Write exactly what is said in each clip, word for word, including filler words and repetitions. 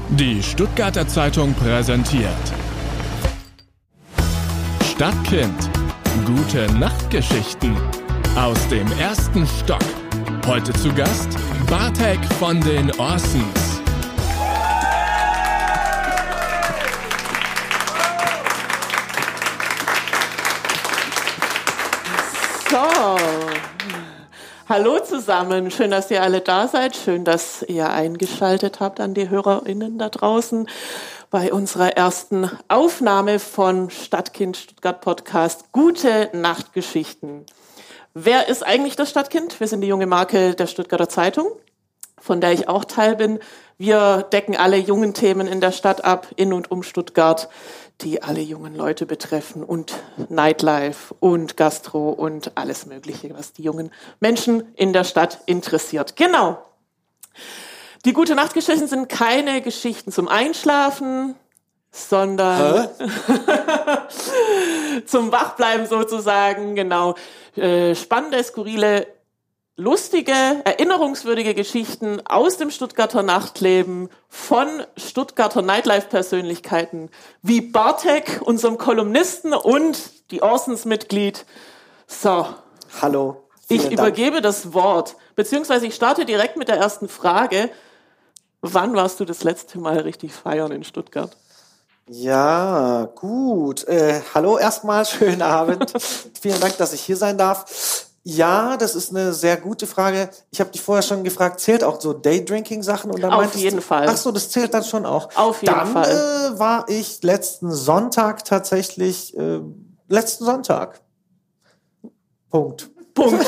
Die Stuttgarter Zeitung präsentiert Stadtkind. Gute Nachtgeschichten aus dem ersten Stock. Heute zu Gast Bartek von den Orsons. So, hallo zusammen, schön, dass ihr alle da seid, schön, dass ihr eingeschaltet habt an die HörerInnen da draußen bei unserer ersten Aufnahme von Stadtkind Stuttgart Podcast Gute Nachtgeschichten. Wer ist eigentlich das Stadtkind? Wir sind die junge Marke der Stuttgarter Zeitung, von der ich auch Teil bin. Wir decken alle jungen Themen in der Stadt ab, in und um Stuttgart, die alle jungen Leute betreffen und Nightlife und Gastro und alles Mögliche, was die jungen Menschen in der Stadt interessiert. Genau. Die Gute Nachtgeschichten sind keine Geschichten zum Einschlafen, sondern zum Wachbleiben sozusagen, genau. Äh, spannende, skurrile, lustige, erinnerungswürdige Geschichten aus dem Stuttgarter Nachtleben von Stuttgarter Nightlife-Persönlichkeiten wie Bartek, unserem Kolumnisten und die Orsons-Mitglied. So. Hallo. Ich übergebe das Wort, beziehungsweise ich starte direkt mit der ersten Frage. Wann warst du das letzte Mal richtig feiern in Stuttgart? Ja, gut. Äh, hallo erstmal, schönen Abend. Vielen Dank, dass ich hier sein darf. Ja, das ist eine sehr gute Frage. Ich habe dich vorher schon gefragt, zählt auch so Daydrinking-Sachen? Und dann Auf jeden du, Fall. Ach so, das zählt dann schon auch. Auf jeden dann, Fall. Dann äh, war ich letzten Sonntag tatsächlich, äh, letzten Sonntag. Punkt. Punkt.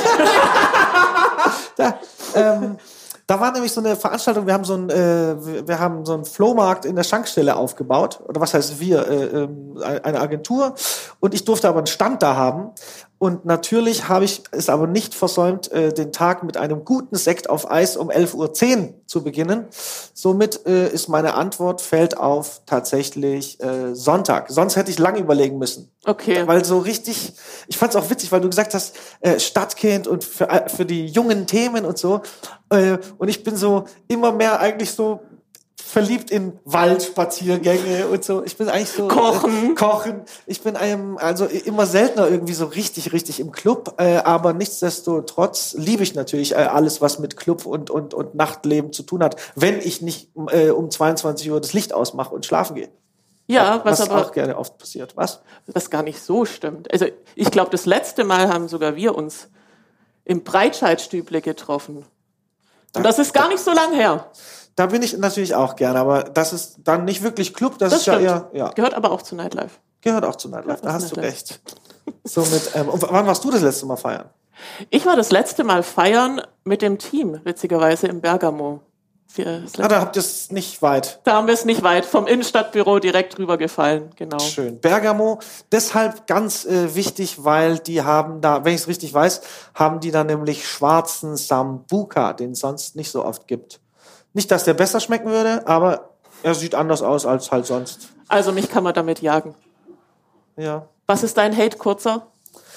da, ähm, Da war nämlich so eine Veranstaltung, wir haben so einen, äh, wir haben so einen Flohmarkt in der Schankstelle aufgebaut. Oder was heißt wir? Äh, äh, eine Agentur. Und ich durfte aber einen Stand da haben. Und natürlich habe ich es aber nicht versäumt, äh, den Tag mit einem guten Sekt auf Eis um elf Uhr zehn zu beginnen. Somit äh, ist meine Antwort, fällt auf tatsächlich äh, Sonntag. Sonst hätte ich lange überlegen müssen. Okay. Weil so richtig, ich fand es auch witzig, weil du gesagt hast, äh, Stadtkind und für, äh, für die jungen Themen und so. Äh, und ich bin so immer mehr eigentlich so verliebt in Waldspaziergänge und so. Ich bin eigentlich so Kochen. Äh, kochen. Ich bin einem also immer seltener irgendwie so richtig, richtig im Club. Äh, aber nichtsdestotrotz liebe ich natürlich äh, alles, was mit Club und und und Nachtleben zu tun hat, wenn ich nicht äh, um zweiundzwanzig Uhr das Licht ausmache und schlafen gehe. Ja, was, was aber auch gerne oft passiert. Was? Was gar nicht so stimmt. Also ich glaube, das letzte Mal haben sogar wir uns im Breitscheidstüble getroffen. Und das ist gar nicht so lang her. Da bin ich natürlich auch gerne, aber das ist dann nicht wirklich Club, das, Das ist stimmt. ja eher... Ja. Gehört aber auch zu Nightlife. Gehört auch zu Nightlife, da hast Nightlife. du recht. Somit, ähm, und wann warst du das letzte Mal feiern? Ich war das letzte Mal feiern mit dem Team, witzigerweise im Bergamo. Ah, da habt ihr es nicht weit. Da haben wir es nicht weit, vom Innenstadtbüro direkt rübergefallen, genau. Schön. Bergamo, deshalb ganz äh, wichtig, weil die haben da, wenn ich es richtig weiß, haben die da nämlich schwarzen Sambuca, den es sonst nicht so oft gibt. Nicht, dass der besser schmecken würde, aber er sieht anders aus als halt sonst. Also mich kann man damit jagen. Ja. Was ist dein Hate, kurzer?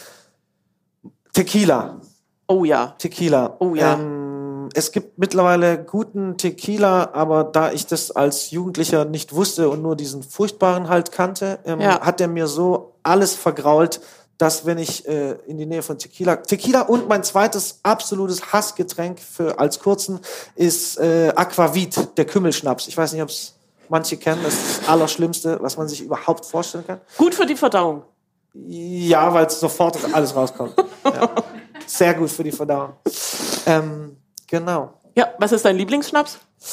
Tequila. Oh ja. Tequila. Oh ja. Ähm, es gibt mittlerweile guten Tequila, aber da ich das als Jugendlicher nicht wusste und nur diesen furchtbaren halt kannte, ähm, Ja. hat der mir so alles vergrault, dass wenn ich äh, in die Nähe von Tequila... Tequila und mein zweites absolutes Hassgetränk für als kurzen ist äh, Aquavit, der Kümmelschnaps. Ich weiß nicht, ob es manche kennen. Das ist das Allerschlimmste, was man sich überhaupt vorstellen kann. Gut für die Verdauung. Ja, weil es sofort alles rauskommt. Ja. Sehr gut für die Verdauung. Ähm, genau. Ja, was ist dein Lieblingsschnaps?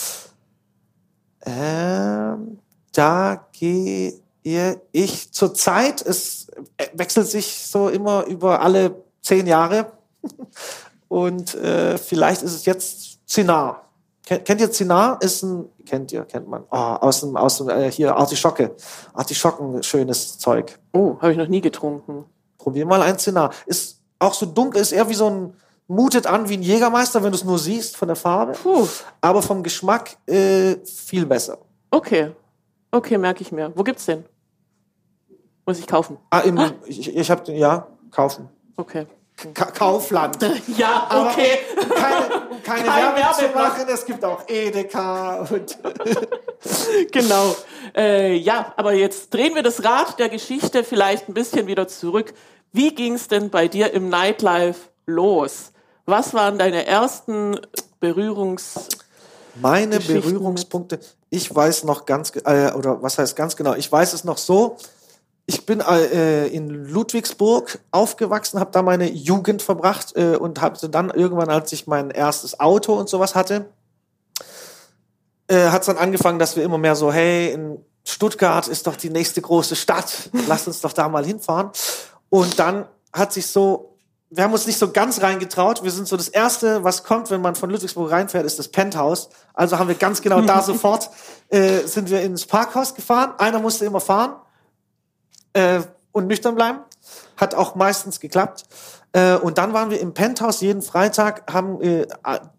Ähm, da gehe ich zur Zeit, es wechselt sich so immer über alle zehn Jahre und äh, vielleicht ist es jetzt Cynar. Kennt, kennt ihr Cynar? Ist ein, kennt ihr, kennt man. Oh, aus dem, aus dem, äh, hier Artischocke. Artischocken, schönes Zeug. Oh, habe ich noch nie getrunken. Probier mal ein Cynar. Ist auch so dunkel, ist eher wie so ein, mutet an wie ein Jägermeister, wenn du es nur siehst von der Farbe. Puh. Aber vom Geschmack äh, viel besser. Okay. Okay, merke ich mir. Wo gibt's den? Muss ich kaufen? Ah, im, ah. ich, ich habe ja, kaufen. Okay. Ka- Kaufland. Ja, okay. Aber um keine, um keine Kein Werbung zu Werbeblock. machen, es gibt auch Edeka und Genau. Äh, ja, aber jetzt drehen wir das Rad der Geschichte vielleicht ein bisschen wieder zurück. Wie ging's denn bei dir im Nightlife los? Was waren deine ersten Berührungs... meine Geschichten Berührungspunkte. Ich weiß noch ganz, ge- äh, oder was heißt ganz genau, ich weiß es noch so, ich bin äh, in Ludwigsburg aufgewachsen, habe da meine Jugend verbracht äh, und hatte dann irgendwann, als ich mein erstes Auto und sowas hatte, äh, hat es dann angefangen, dass wir immer mehr so, hey, in Stuttgart ist doch die nächste große Stadt, lass uns doch da mal hinfahren. Und dann hat sich so, wir haben uns nicht so ganz reingetraut. Wir sind so das Erste, was kommt, wenn man von Ludwigsburg reinfährt, ist das Penthouse. Also haben wir ganz genau da sofort, äh, sind wir ins Parkhaus gefahren. Einer musste immer fahren äh, und nüchtern bleiben. Hat auch meistens geklappt. Äh, und dann waren wir im Penthouse jeden Freitag, haben äh,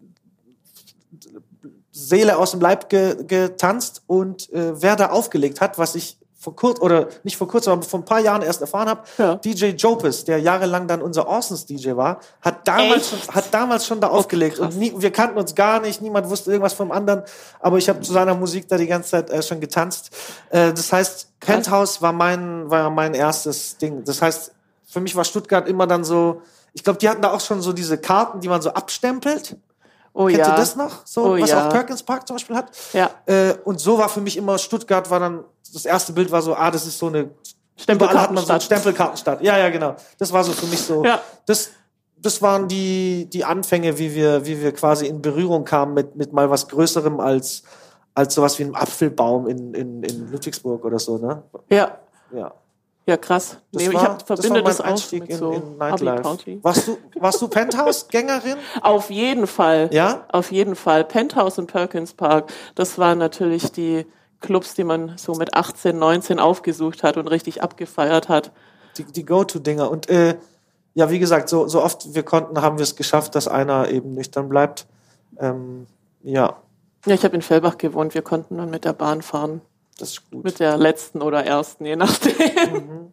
Seele aus dem Leib ge- getanzt und äh, wer da aufgelegt hat, was ich vor kurz oder nicht vor kurzem, aber vor ein paar Jahren erst erfahren habe, Ja. D J Jopis, der jahrelang dann unser Orsons D J war, hat damals schon, hat damals schon da aufgelegt krass. und nie, wir kannten uns gar nicht, niemand wusste irgendwas vom anderen, aber ich habe zu seiner Musik da die ganze Zeit äh, schon getanzt. Äh, das heißt, Krass. Penthouse war mein war mein erstes Ding. Das heißt, für mich war Stuttgart immer dann so, ich glaube, die hatten da auch schon so diese Karten, die man so abstempelt. Oh Kennt ja. ihr das noch? So, Oh was ja. auch Perkins Park zum Beispiel hat. Ja. Äh, und so war für mich immer, Stuttgart war dann, das erste Bild war so, ah, das ist so eine, überall hat man so eine Stempelkartenstadt. Ja, ja, genau. Das war so für mich so, Ja. das, das waren die, die Anfänge, wie wir, wie wir quasi in Berührung kamen mit, mit mal was Größerem als, als sowas wie einem Apfelbaum in, in, in Ludwigsburg oder so, ne? Ja. Ja. Ja, krass. Das Nee, ich war, hab, verbinde das, das, war mein auch Einstieg mit in, so in Nightlife. Abi-Party. Warst du, warst du Penthouse-Gängerin? Auf jeden Fall. Ja? Auf jeden Fall. Penthouse und Perkins Park, das waren natürlich die Clubs, die man so mit achtzehn, neunzehn aufgesucht hat und richtig abgefeiert hat. Die, die Go-To-Dinger. Und äh, ja, wie gesagt, so, so oft wir konnten, haben wir es geschafft, dass einer eben nüchtern bleibt. Ähm, ja, Ja, ich habe in Fellbach gewohnt, wir konnten dann mit der Bahn fahren. das ist gut. Mit der letzten oder ersten, je nachdem. Mhm.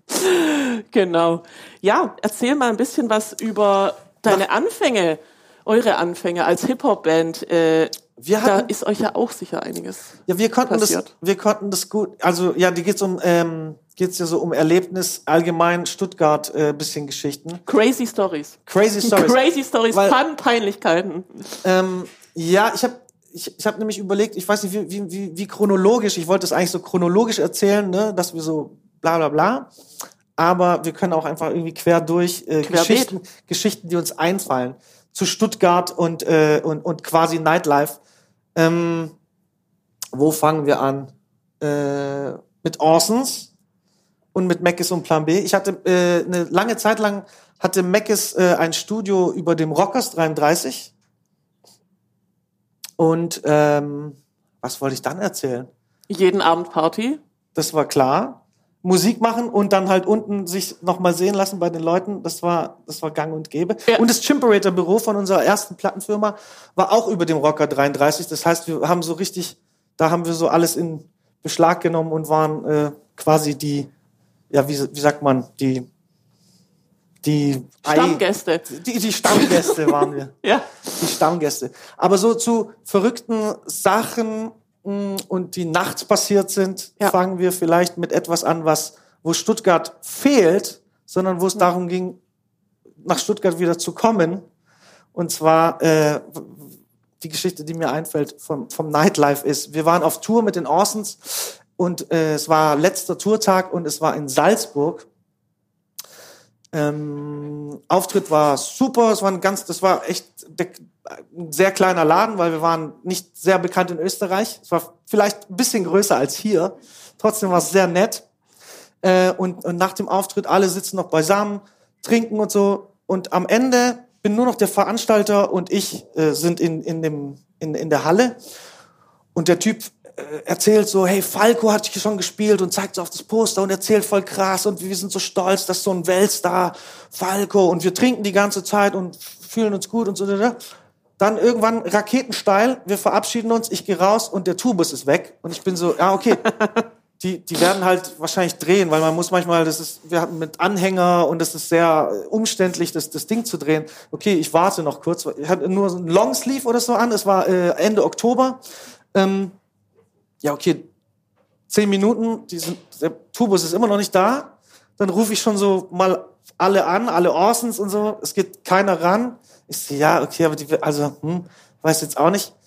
Genau. Ja, erzähl mal ein bisschen was über deine Anfänge, eure Anfänge als Hip-Hop-Band. Äh, Wir da hatten- ist euch ja auch sicher einiges. Ja, wir konnten das, passiert. wir konnten das gut. Also ja, die geht's um, ähm, geht's ja so um Erlebnis allgemein Stuttgart, äh, bisschen Geschichten, Crazy Stories. crazy Stories. Crazy Stories, Weil- Fun, Peinlichkeiten. Ähm, ja, ich habe ich, ich hab nämlich überlegt, ich weiß nicht, wie, wie, wie, wie chronologisch, ich wollte es eigentlich so chronologisch erzählen, ne, dass wir so bla bla bla, aber wir können auch einfach irgendwie quer durch äh, Querbeet. Geschichten, Geschichten, die uns einfallen, zu Stuttgart und, äh, und, und quasi Nightlife. Ähm, wo fangen wir an? Äh, mit Orsons und mit Meckes und Plan B. Ich hatte äh, eine lange Zeit lang hatte Meckes äh, ein Studio über dem Rockers dreiunddreißig. Und ähm, was wollte ich dann erzählen? Jeden Abend Party. Das war klar. Musik machen und dann halt unten sich nochmal sehen lassen bei den Leuten. Das war, das war gang und gäbe. Ja. Und das Chimperator-Büro von unserer ersten Plattenfirma war auch über dem Rocker dreiunddreißig. Das heißt, wir haben so richtig, da haben wir so alles in Beschlag genommen und waren äh, quasi die, ja, wie, wie sagt man, die, die Stammgäste. Die, die Stammgäste waren wir. Ja. Die Stammgäste. Aber so zu verrückten Sachen mh, und die nachts passiert sind, Ja. fangen wir vielleicht mit etwas an, was, wo Stuttgart fehlt, sondern wo es darum ging, nach Stuttgart wieder zu kommen. Und zwar äh, die Geschichte, die mir einfällt vom, vom Nightlife ist, wir waren auf Tour mit den Orsons und äh, es war letzter Tourtag und es war in Salzburg. Ähm, Auftritt war super, es war ein ganz, das war echt der, ein sehr kleiner Laden, weil wir waren nicht sehr bekannt in Österreich. Es war vielleicht ein bisschen größer als hier. Trotzdem war es sehr nett. Äh, und, und nach dem Auftritt alle sitzen noch beisammen, trinken und so. Und am Ende bin nur noch der Veranstalter und ich äh, sind in, in, dem, in, in der Halle. Und der Typ äh, erzählt so, hey, Falco hat hier schon gespielt und zeigt so auf das Poster und erzählt voll krass und wir sind so stolz, dass so ein Weltstar, Falco, und wir trinken die ganze Zeit und fühlen uns gut und so. Dann irgendwann raketensteil, wir verabschieden uns, ich gehe raus und der Tourbus ist weg und ich bin so, ja, okay, die, die werden halt wahrscheinlich drehen, weil man muss manchmal, das ist, wir hatten mit Anhänger und das ist sehr umständlich, das, das Ding zu drehen. Okay, ich warte noch kurz. Ich hatte nur so ein Longsleeve oder so an, es war äh, Ende Oktober. Ähm, ja, okay, zehn Minuten, die sind, der Tourbus ist immer noch nicht da. Dann rufe ich schon so mal alle an, alle Orsons und so. Es geht keiner ran. Ich so, ja, okay, aber die, also, hm, weiß jetzt auch nicht.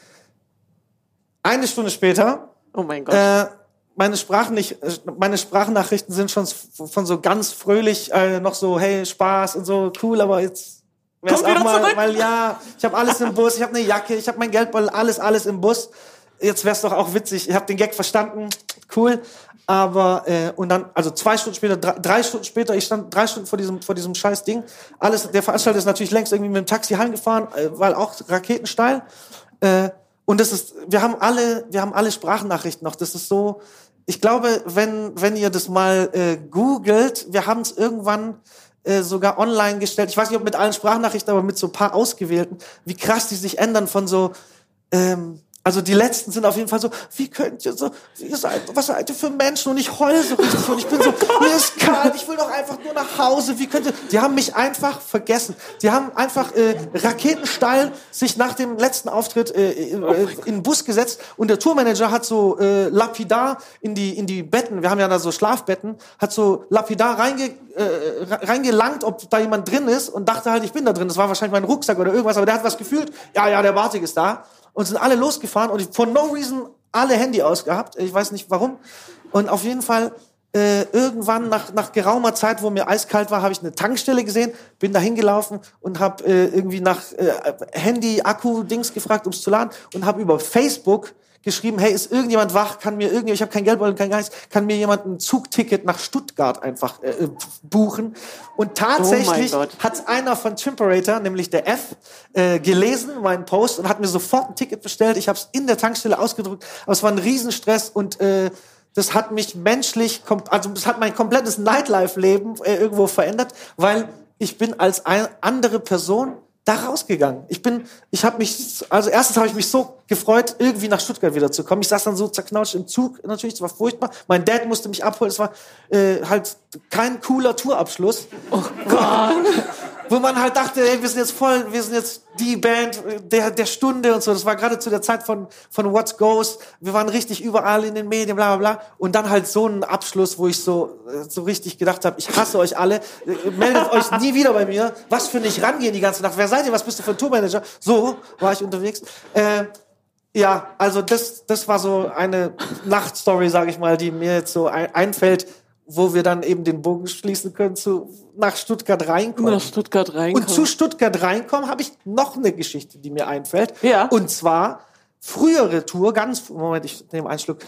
Eine Stunde später, oh mein Gott. Äh, meine, Sprachnich- meine Sprachnachrichten sind schon von so ganz fröhlich, äh, noch so, hey, Spaß und so, cool, aber jetzt wär's Kommt auch mal, zurück. weil ja, ich habe alles im Bus, ich habe eine Jacke, ich habe mein Geldbeutel, alles, alles im Bus. Jetzt wär's doch auch witzig, ich habe den Gag verstanden, cool. Aber, äh, und dann, also zwei Stunden später, drei, drei Stunden später, ich stand drei Stunden vor diesem, vor diesem scheiß Ding. Alles, der Veranstalter ist natürlich längst irgendwie mit dem Taxi heimgefahren, äh, weil auch raketensteil. Äh, und das ist, wir haben alle, wir haben alle Sprachnachrichten noch. Das ist so, ich glaube, wenn, wenn ihr das mal äh, googelt, wir haben es irgendwann äh, sogar online gestellt. Ich weiß nicht, ob mit allen Sprachnachrichten, aber mit so ein paar ausgewählten, wie krass die sich ändern von so, ähm, also die letzten sind auf jeden Fall so, wie könnt ihr so, ihr seid, was seid ihr für Menschen? Und ich heule so richtig und ich bin so, mir ist kalt, ich will doch einfach nur nach Hause, wie könnt ihr, die haben mich einfach vergessen. Die haben einfach äh, raketensteil sich nach dem letzten Auftritt äh, in, äh, in den Bus gesetzt und der Tourmanager hat so äh, lapidar in die, in die Betten, wir haben ja da so Schlafbetten, hat so lapidar reinge, äh, reingelangt, ob da jemand drin ist und dachte halt, ich bin da drin. Das war wahrscheinlich mein Rucksack oder irgendwas, aber der hat was gefühlt, ja, ja, der Bartik ist da. Und sind alle losgefahren und ich for no reason alle Handy ausgehabt. Ich weiß nicht warum. Und auf jeden Fall äh, irgendwann nach, nach geraumer Zeit, wo mir eiskalt war, habe ich eine Tankstelle gesehen, bin da hingelaufen und habe äh, irgendwie nach äh, Handy-Akku-Dings gefragt, um es zu laden und habe über Facebook geschrieben, hey, ist irgendjemand wach, kann mir irgendwie, ich habe kein Geldbeutel, kein Geist, kann mir jemand ein Zugticket nach Stuttgart einfach äh, buchen. Und tatsächlich Oh mein Gott. hat einer von Timperator, nämlich der F, äh, gelesen, meinen Post, und hat mir sofort ein Ticket bestellt. Ich habe es in der Tankstelle ausgedruckt, aber es war ein Riesenstress und äh, das hat mich menschlich, kom- also das hat mein komplettes Nightlife-Leben äh, irgendwo verändert, weil ich bin als eine andere Person da rausgegangen. Ich bin, ich habe mich, also erstens habe ich mich so gefreut, irgendwie nach Stuttgart wieder zu kommen. Ich saß dann so zerknautscht im Zug, natürlich, das war furchtbar. Mein Dad musste mich abholen, es war äh, halt kein cooler Tourabschluss. Oh Gott. Wo man halt dachte, ey, wir sind jetzt voll, wir sind jetzt die Band der, der Stunde und so. Das war gerade zu der Zeit von, von What Goes. Wir waren richtig überall in den Medien, bla, bla, bla. Und dann halt so ein Abschluss, wo ich so, so richtig gedacht habe, ich hasse euch alle. Meldet euch nie wieder bei mir. Was für nicht rangehen die ganze Nacht. Wer seid ihr? Was bist du für ein Tourmanager? So war ich unterwegs. Äh, ja, also das, das war so eine Nachtstory, sage ich mal, die mir jetzt so ein, einfällt, wo wir dann eben den Bogen schließen können zu nach Stuttgart reinkommen. Nach Stuttgart reinkommen. Und zu Stuttgart reinkommen habe ich noch eine Geschichte, die mir einfällt. Ja. Und zwar frühere Tour, ganz, Moment, ich nehme einen Schluck.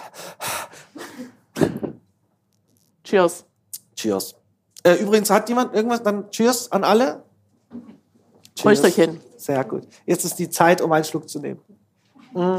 Cheers. Cheers. Äh, übrigens, hat jemand irgendwas, dann Cheers an alle. Prösterchen. Sehr gut. Jetzt ist die Zeit, um einen Schluck zu nehmen. Mhm.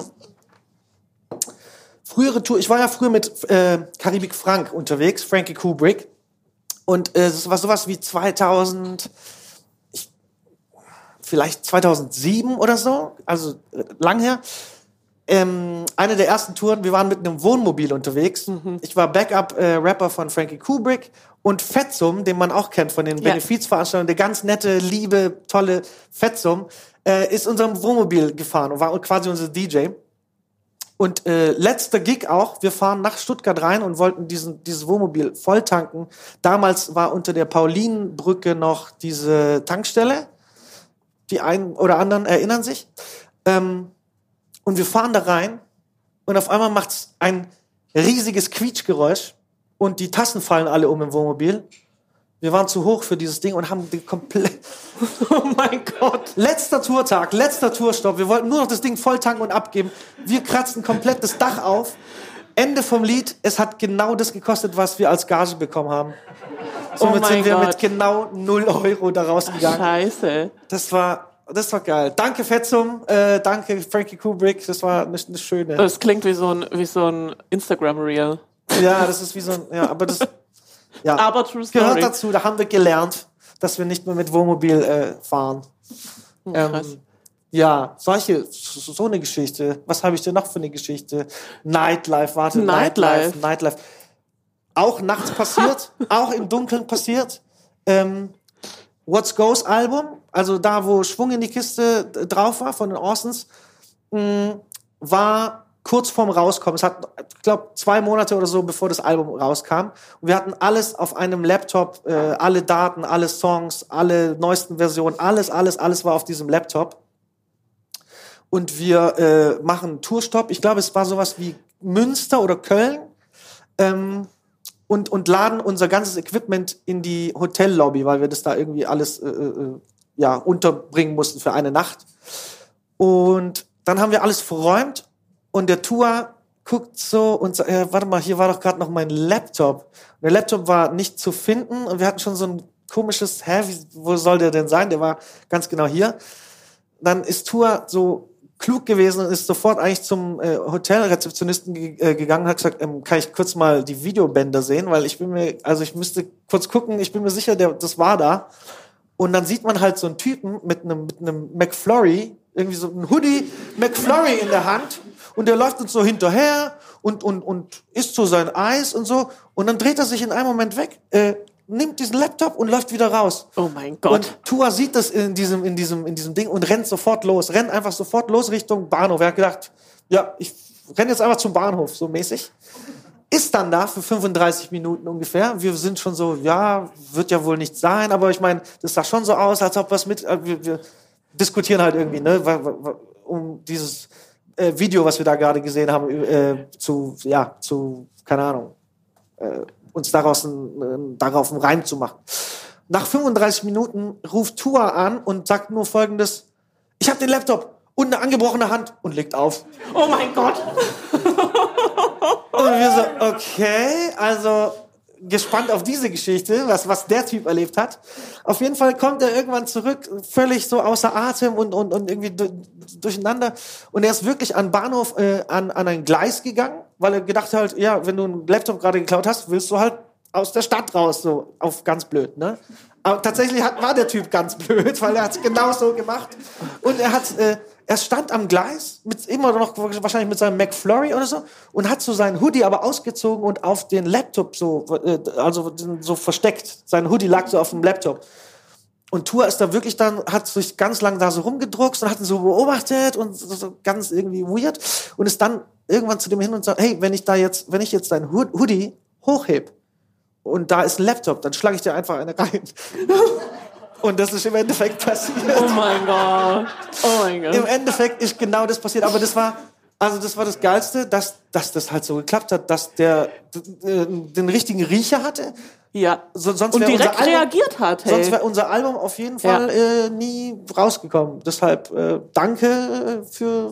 Frühere Tour, ich war ja früher mit äh, Karibik Frank unterwegs, Frankie Kubrick. Und äh, es war sowas wie zweitausend, ich, vielleicht zweitausendsieben oder so, also äh, lang her. Ähm, eine der ersten Touren, wir waren mit einem Wohnmobil unterwegs. Mhm. Ich war Backup-Rapper äh, von Frankie Kubrick und Fetzum, den man auch kennt von den Ja. Benefizveranstaltungen, der ganz nette, liebe, tolle Fetzum, äh, ist unserem Wohnmobil gefahren und war quasi unser D J. Und äh, letzter Gig auch, wir fahren nach Stuttgart rein und wollten diesen, dieses Wohnmobil volltanken. Damals war unter der Paulinenbrücke noch diese Tankstelle. Die einen oder anderen erinnern sich. Ähm, und wir fahren da rein und auf einmal macht's ein riesiges Quietschgeräusch und die Tassen fallen alle um im Wohnmobil. Wir waren zu hoch für dieses Ding und haben den komplett... Oh mein Gott. Letzter Tourtag, letzter Tourstopp. Wir wollten nur noch das Ding voll tanken und abgeben. Wir kratzten komplett das Dach auf. Ende vom Lied. Es hat genau das gekostet, was wir als Gage bekommen haben. Somit Oh mein sind wir Gott. mit genau null Euro da rausgegangen. Scheiße. Das war, das war geil. Danke Fetzum, äh, danke Frankie Kubrick. Das war eine, eine schöne. Das klingt wie so ein, wie so ein Instagram-Reel. Ja, das ist wie so ein, ja, aber das, ja, Aber true story. gehört dazu. Da haben wir gelernt, dass wir nicht mehr mit Wohnmobil äh, fahren. Krass. Ähm, Ja, solche, so, so eine Geschichte. Was habe ich denn noch für eine Geschichte? Nightlife, warte, Nightlife. Nightlife, Nightlife. Auch nachts passiert, auch im Dunkeln passiert. Ähm, What's Goes Album, also da, wo Schwung in die Kiste drauf war von den Orsons, mh, war kurz vorm Rauskommen. Es hat, ich glaube, zwei Monate oder so, bevor das Album rauskam. Und wir hatten alles auf einem Laptop, äh, alle Daten, alle Songs, alle neuesten Versionen, alles, alles, alles war auf diesem Laptop. Und wir äh, machen einen Tourstopp. Ich glaube, es war sowas wie Münster oder Köln. Ähm, und, und laden unser ganzes Equipment in die Hotellobby, weil wir das da irgendwie alles äh, äh, ja, unterbringen mussten für eine Nacht. Und dann haben wir alles verräumt. Und der Tour guckt so und sagt, äh, warte mal, hier war doch gerade noch mein Laptop. Und der Laptop war nicht zu finden und wir hatten schon so ein komisches, hä, wie, wo soll der denn sein? Der war ganz genau hier. Dann ist Tour so klug gewesen und ist sofort eigentlich zum äh, Hotelrezeptionisten ge- äh, gegangen und hat gesagt, ähm, kann ich kurz mal die Videobänder sehen? Weil ich bin mir, also ich müsste kurz gucken, ich bin mir sicher, der, das war da. Und dann sieht man halt so einen Typen mit einem, mit einem McFlurry, irgendwie so ein Hoodie McFlurry in der Hand. Und der läuft uns so hinterher und, und, und isst so sein Eis und so. Und dann dreht er sich in einem Moment weg, äh, nimmt diesen Laptop und läuft wieder raus. Oh mein Gott. Und Tua sieht das in diesem, in diesem, in diesem Ding und rennt sofort los. Rennt einfach sofort los Richtung Bahnhof. Er hat gedacht, ja, ich renne jetzt einfach zum Bahnhof, so mäßig. Ist dann da für fünfunddreißig Minuten ungefähr. Wir sind schon so, ja, wird ja wohl nicht sein, aber ich meine, das sah schon so aus, als ob was mit, wir, wir diskutieren halt irgendwie, ne, um dieses äh, Video, was wir da gerade gesehen haben, äh, zu, ja, zu, keine Ahnung, äh, uns daraus ein, ein, darauf einen Reim zu machen. Nach fünfunddreißig Minuten ruft Tua an und sagt nur Folgendes: Ich habe den Laptop und eine angebrochene Hand, und legt auf. Oh mein Gott. Und wir so, okay, also gespannt auf diese Geschichte, was, was der Typ erlebt hat. Auf jeden Fall kommt er irgendwann zurück, völlig so außer Atem und, und, und irgendwie du, durcheinander. Und er ist wirklich an Bahnhof, äh, an, an ein Gleis gegangen, weil er gedacht hat, ja, wenn du einen Laptop gerade geklaut hast, willst du halt aus der Stadt raus, so auf ganz blöd, ne? Aber tatsächlich hat, war der Typ ganz blöd, weil er hat es genau so gemacht. Und er hat, äh, er stand am Gleis, mit, immer noch wahrscheinlich mit seinem McFlurry oder so, und hat so seinen Hoodie aber ausgezogen und auf den Laptop so, äh, also so versteckt. Sein Hoodie lag so auf dem Laptop. Und Tua ist da wirklich dann, hat sich ganz lang da so rumgedruckt und hat ihn so beobachtet und so, so ganz irgendwie weird und ist dann irgendwann zu dem hin und sagt, hey, wenn ich da jetzt, wenn ich jetzt dein Hoodie hochheb und da ist ein Laptop, dann schlage ich dir einfach eine rein. Und das ist im Endeffekt passiert. Oh mein Gott. Oh mein Gott. Im Endeffekt ist genau das passiert. Aber das war, also das war das Geilste, dass, dass das halt so geklappt hat, dass der äh, den richtigen Riecher hatte. Ja. So, sonst und direkt unser Album, reagiert hat. Hey. Sonst wäre unser Album auf jeden Fall ja. äh, nie rausgekommen. Deshalb äh, danke äh, für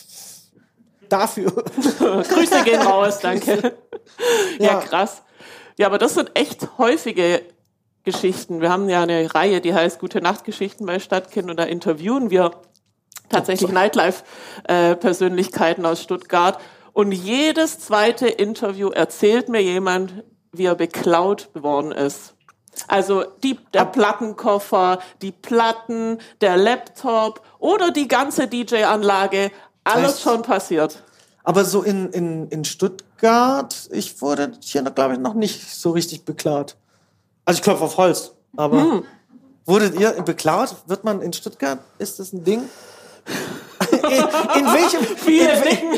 dafür. Grüße gehen raus, danke. Ja. ja, krass. Ja, aber das sind echt häufige Geschichten. Wir haben ja eine Reihe, die heißt Gute Nachtgeschichten bei Stadtkind, und da interviewen wir tatsächlich Nightlife-Persönlichkeiten aus Stuttgart. Und jedes zweite Interview erzählt mir jemand, wie er beklaut worden ist. Also die, der Plattenkoffer, die Platten, der Laptop oder die ganze D J-Anlage, alles Echt? schon passiert. Aber so in, in, in Stuttgart, ich wurde hier, glaube ich, noch nicht so richtig beklaut. Also ich klopfe auf Holz, aber hm. wurdet ihr beklaut? Wird man in Stuttgart? Ist das ein Ding? in, in welchem... Viele Dinge.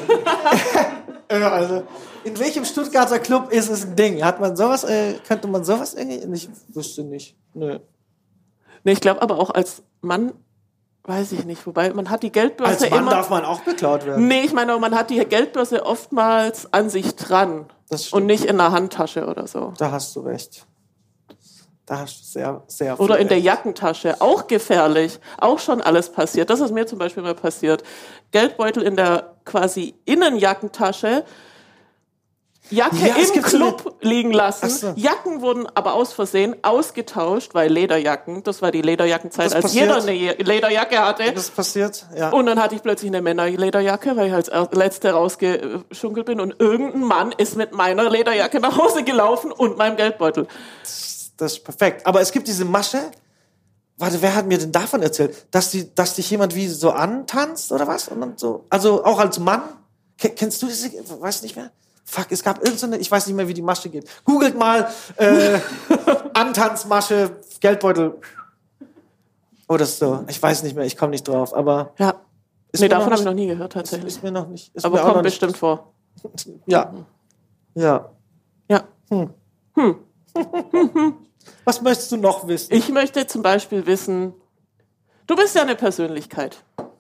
Also, in welchem Stuttgarter Club ist es ein Ding? Hat man sowas, äh, könnte man sowas irgendwie? Ich wüsste nicht. Nö. Nee, ich glaube aber auch als Mann, weiß ich nicht, wobei man hat die Geldbörse Als Mann immer, darf man auch beklaut werden. Nee, ich meine, man hat die Geldbörse oftmals an sich dran und nicht in der Handtasche oder so. Da hast du recht. Da hast du sehr, sehr Oder in recht. der Jackentasche, auch gefährlich, auch schon alles passiert. Das ist mir zum Beispiel mal passiert. Geldbeutel in der quasi Innenjackentasche, Jacke Ja, es im gibt so Club liegen lassen. so. Jacken wurden aber aus Versehen ausgetauscht, weil Lederjacken, das war die Lederjackenzeit, Das als passiert. jeder eine Je- Lederjacke hatte. Das passiert, ja. Und dann hatte ich plötzlich eine Männerlederjacke, weil ich als er- Letzte rausgeschunkelt bin. Und irgendein Mann ist mit meiner Lederjacke nach Hause gelaufen und meinem Geldbeutel. Das ist perfekt. Aber es gibt diese Masche, warte, wer hat mir denn davon erzählt? Dass, die, dass dich jemand wie so antanzt oder was? Und dann so, also auch als Mann? Kennst du das? Weißt du nicht mehr? Fuck, es gab irgendeine, ich weiß nicht mehr, wie die Masche geht. Googelt mal äh, Antanzmasche, Geldbeutel. Oder so. Ich weiß nicht mehr, ich komme nicht drauf. Aber ja. Nee, davon habe ich noch nie gehört, tatsächlich. Ist, ist mir noch nicht. Ist aber mir kommt auch noch bestimmt nicht. vor. Ja. Ja. Ja. Hm. Hm. Was möchtest du noch wissen? Ich möchte zum Beispiel wissen, du bist ja eine Persönlichkeit.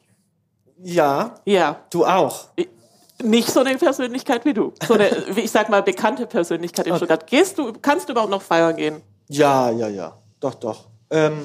Ja. Ja. Du auch. Ich, nicht so eine Persönlichkeit wie du. So eine, wie ich sag mal, bekannte Persönlichkeit in Okay. Stuttgart. Gehst du, kannst du überhaupt noch feiern gehen? Ja, ja, ja. Doch, doch. Ähm,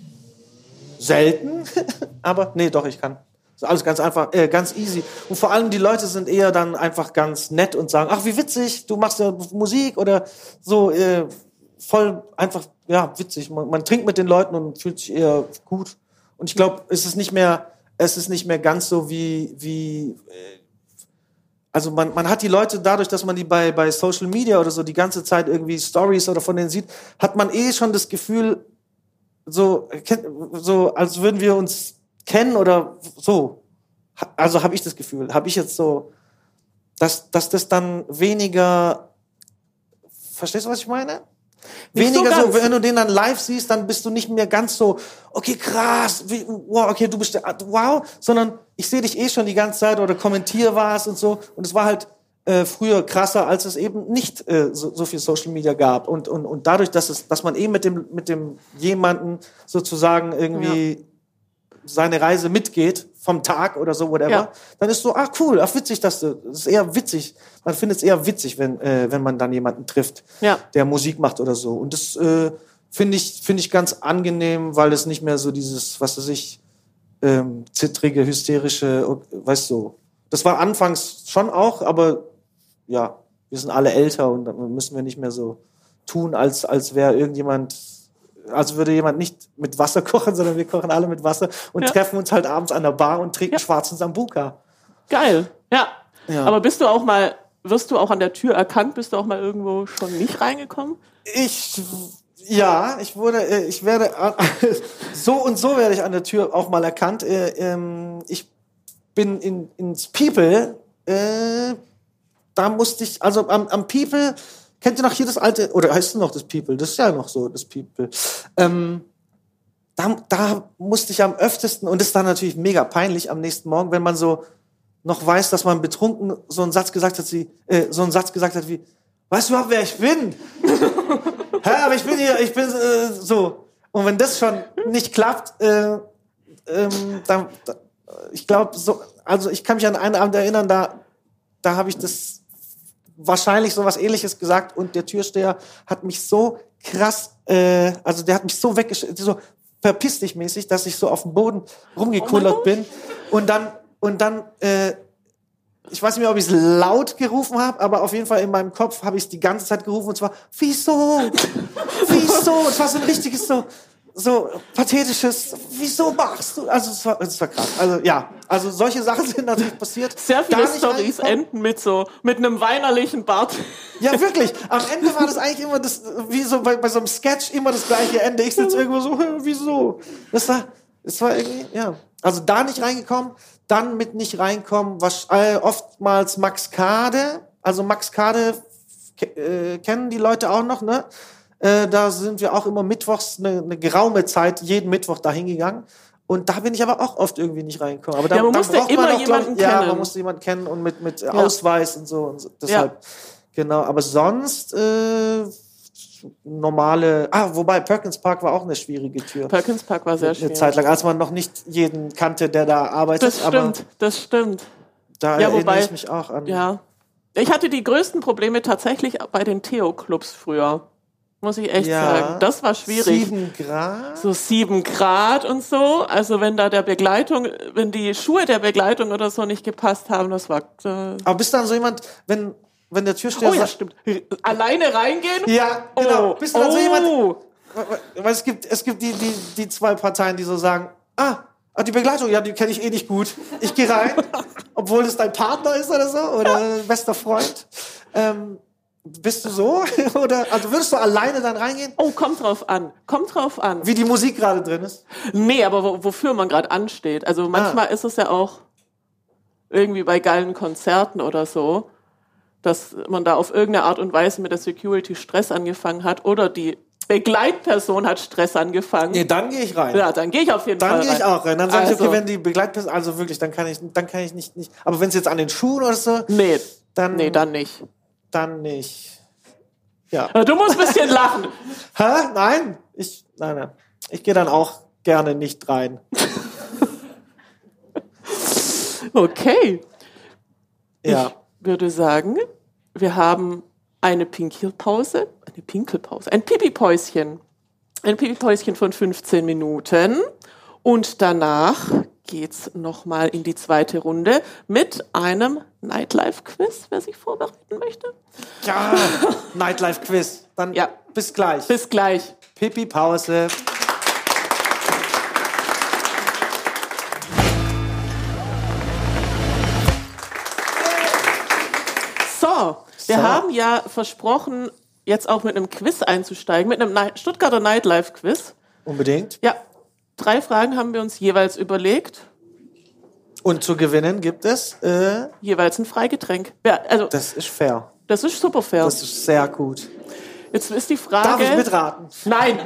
selten, aber nee, doch, ich kann. Das ist alles ganz einfach, äh, ganz easy. Und vor allem die Leute sind eher dann einfach ganz nett und sagen, ach, wie witzig, du machst ja Musik oder so, äh, voll einfach, ja, witzig. Man, man trinkt mit den Leuten und fühlt sich eher gut. Und ich glaube, es ist nicht mehr, es ist nicht mehr ganz so wie, wie, äh, also man, man hat die Leute dadurch, dass man die bei, bei Social Media oder so die ganze Zeit irgendwie Stories oder von denen sieht, hat man eh schon das Gefühl, so, so als würden wir uns kennen oder so. Also habe ich das Gefühl, habe ich jetzt so, dass, dass das dann weniger, verstehst du, was ich meine? Nicht Weniger so so, ganz. wenn du den dann live siehst, dann bist du nicht mehr ganz so, okay, krass, wie, wow, okay, du bist der, wow, sondern ich sehe dich eh schon die ganze Zeit oder kommentiere was und so. Und es war halt äh, früher krasser, als es eben nicht äh, so, so viel Social Media gab. Und, und, und dadurch, dass es, dass man eh mit dem, mit dem jemanden sozusagen irgendwie ja. seine Reise mitgeht, vom Tag oder so, whatever, ja. dann ist so, ach cool, ach witzig, dass du, das ist eher witzig. Man findet es eher witzig, wenn, äh, wenn man dann jemanden trifft, ja. der Musik macht oder so. Und das äh, finde ich, finde ich ganz angenehm, weil es nicht mehr so dieses, was weiß ich, ähm, zittrige, hysterische, weißt du, das war anfangs schon auch, aber ja, wir sind alle älter und dann müssen wir nicht mehr so tun, als, als wäre irgendjemand, als würde jemand nicht mit Wasser kochen, sondern wir kochen alle mit Wasser und ja. treffen uns halt abends an der Bar und trinken ja. schwarzen Sambuca. Geil, ja. ja. Aber bist du auch mal, wirst du auch an der Tür erkannt? Bist du auch mal irgendwo schon nicht reingekommen? Ich, ja, ich wurde, ich werde, so und so werde ich an der Tür auch mal erkannt. Ich bin in, ins People, da musste ich, also am, am People, kennt ihr noch hier das alte, oder heißt es noch das People? Das ist ja noch so, das People. Ähm, da, da musste ich am öftesten, und das ist dann natürlich mega peinlich am nächsten Morgen, wenn man so noch weiß, dass man betrunken so einen Satz gesagt hat, wie, äh, so einen Satz gesagt hat wie, weißt du überhaupt, wer ich bin? Hä, aber ich bin hier, ich bin äh, so. Und wenn das schon nicht klappt, äh, ähm, dann, da, ich glaube, so, also ich kann mich an einen Abend erinnern, da, da habe ich das wahrscheinlich so was Ähnliches gesagt und der Türsteher hat mich so krass, äh, also der hat mich so weggeschickt, so verpiss dich mäßig, dass ich so auf dem Boden rumgekullert oh bin und dann und dann, äh, ich weiß nicht mehr, ob ich es laut gerufen habe, aber auf jeden Fall in meinem Kopf habe ich es die ganze Zeit gerufen und zwar wieso, wieso, und es war so ein richtiges so so pathetisches, wieso machst du? Also es war, es war krass. Also ja, also solche Sachen sind natürlich passiert. Sehr viele Storys enden mit so mit einem weinerlichen Bart. Ja, wirklich. Am Ende war das eigentlich immer das, wie so bei, bei so einem Sketch immer das gleiche Ende. Ich sitze irgendwo so, wieso? Das war, das war irgendwie, ja. Also da nicht reingekommen, dann mit nicht reinkommen, was, äh, oftmals Max Kade. Also Max Kade äh, kennen die Leute auch noch, ne? Äh, da sind wir auch immer mittwochs eine, eine geraume Zeit, jeden Mittwoch da hingegangen. Und da bin ich aber auch oft irgendwie nicht reingekommen. Aber da, ja, man da musste braucht immer man auch, jemanden glaub, kennen. Ja, man musste jemanden kennen und mit, mit ja. Ausweis und so. Und so. Deshalb, ja. Genau. Aber sonst äh, normale... Ah, wobei, Perkins Park war auch eine schwierige Tür. Perkins Park war sehr eine schwierig. Eine Zeit lang, als man noch nicht jeden kannte, der da arbeitet. Das stimmt, aber das stimmt. Da ja, erinnere wobei, ich mich auch an... Ja. Ich hatte die größten Probleme tatsächlich bei den Theo-Clubs früher. Muss ich echt ja, sagen. Das war schwierig. Sieben Grad? So sieben Grad und so. Also wenn da der Begleitung, wenn die Schuhe der Begleitung oder so nicht gepasst haben, das war... Äh Aber bist du dann so jemand, wenn, wenn der Türsteher... Oh ja, sagt, stimmt. Alleine reingehen? Ja, genau. Oh. Bist du dann so jemand... Oh. Weil es gibt, es gibt die, die, die zwei Parteien, die so sagen, ah, ah die Begleitung, ja, die kenne ich eh nicht gut. Ich gehe rein, obwohl es dein Partner ist oder so, oder bester Freund. Ähm, Bist du so? Oder also würdest du alleine dann reingehen? Oh, kommt drauf an. Kommt drauf an. Wie die Musik gerade drin ist? Nee, aber wo, wofür man gerade ansteht. Also manchmal ah. ist es ja auch irgendwie bei geilen Konzerten oder so, dass man da auf irgendeine Art und Weise mit der Security Stress angefangen hat oder die Begleitperson hat Stress angefangen. Nee, dann gehe ich rein. Ja, dann gehe ich auf jeden dann Fall rein. Dann gehe ich auch rein. Dann sage also, ich, okay, wenn die Begleitperson, also wirklich, dann kann ich, dann kann ich nicht, nicht. Aber wenn es jetzt an den Schuhen oder so. Nee, dann, nee, dann nicht. Dann nicht. Ja. Du musst ein bisschen lachen. Hä? Nein? Ich, nein, nein. Ich gehe dann auch gerne nicht rein. Okay. Ja. Ich würde sagen, wir haben eine Pinkelpause, eine Pinkelpause, ein Pipi-Päuschen. Ein Pipi-Päuschen von fünfzehn Minuten. Und danach geht's nochmal in die zweite Runde mit einem Nightlife-Quiz, wer sich vorbereiten möchte. Ja, Nightlife-Quiz. Dann ja. bis gleich. Bis gleich. Pipi-Pause. So, wir so. haben ja versprochen, jetzt auch mit einem Quiz einzusteigen, mit einem Stuttgarter Nightlife-Quiz. Unbedingt. Ja, drei Fragen haben wir uns jeweils überlegt. Und zu gewinnen gibt es? Äh, jeweils ein Freigetränk. Ja, also, das ist fair. Das ist super fair. Das ist sehr gut. Jetzt ist die Frage... Darf ich mitraten? Nein.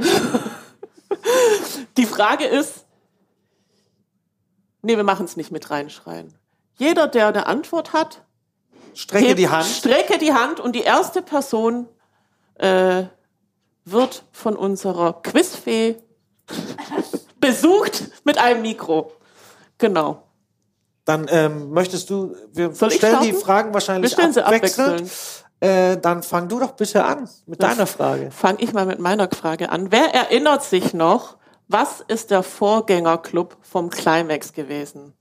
Die Frage ist... Nee, wir machen es nicht mit reinschreien. Jeder, der eine Antwort hat... Strecke hebt, die Hand. Strecke die Hand und die erste Person äh, wird von unserer Quizfee besucht mit einem Mikro. Genau. Dann ähm, möchtest du, wir Soll ich stellen starten? die Fragen wahrscheinlich wir stellen abwechselnd. Sie abwechseln. Äh, dann fang du doch bitte an mit Das deiner Frage. Fang ich mal mit meiner Frage an. Wer erinnert sich noch, was ist der Vorgängerclub vom Climax gewesen?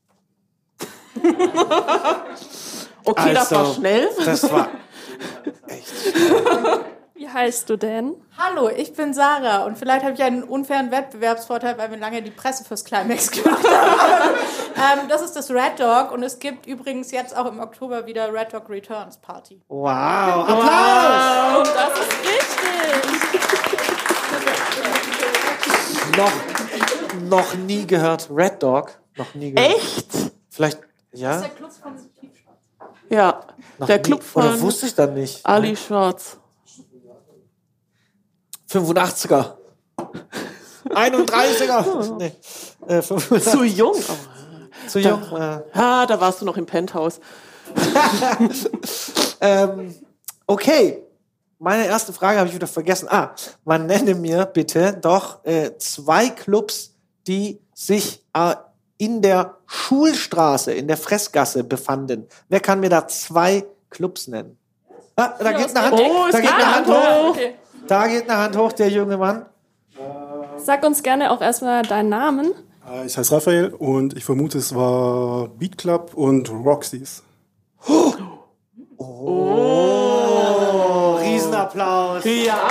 Okay, also, das war schnell. Das war echt schnell. Wie heißt du denn? Hallo, ich bin Sarah und vielleicht habe ich einen unfairen Wettbewerbsvorteil, weil wir lange die Presse fürs Climax gemacht haben. ähm, das ist das Red Dog und es gibt übrigens jetzt auch im Oktober wieder Red Dog Returns Party. Wow, Applaus! Und das ist richtig. noch, noch nie gehört. Red Dog, noch nie gehört. Echt? Vielleicht, ja? Das ist der Club von Tiefschwarz. Ja, Noch der nie. Club von Oder wusste ich dann nicht. Ali Schwarz. fünfundachtziger. einunddreißiger. Nee, äh, Zu jung. Oh. Zu jung. Da, ja, da warst du noch im Penthouse. ähm, okay. Meine erste Frage habe ich wieder vergessen. Ah, man nenne mir bitte doch äh, zwei Clubs, die sich äh, in der Schulstraße, in der Fressgasse befanden. Wer kann mir da zwei Clubs nennen? Ah, da geht eine Hand, Oh, es da geht geht eine Hand eine hoch. Hand hoch. Okay. Da geht eine Hand hoch, der junge Mann. Sag uns gerne auch erstmal deinen Namen. Ich heiße Raphael und ich vermute, es war Beat Club und Roxy's. Oh, oh. Riesenapplaus. Ja.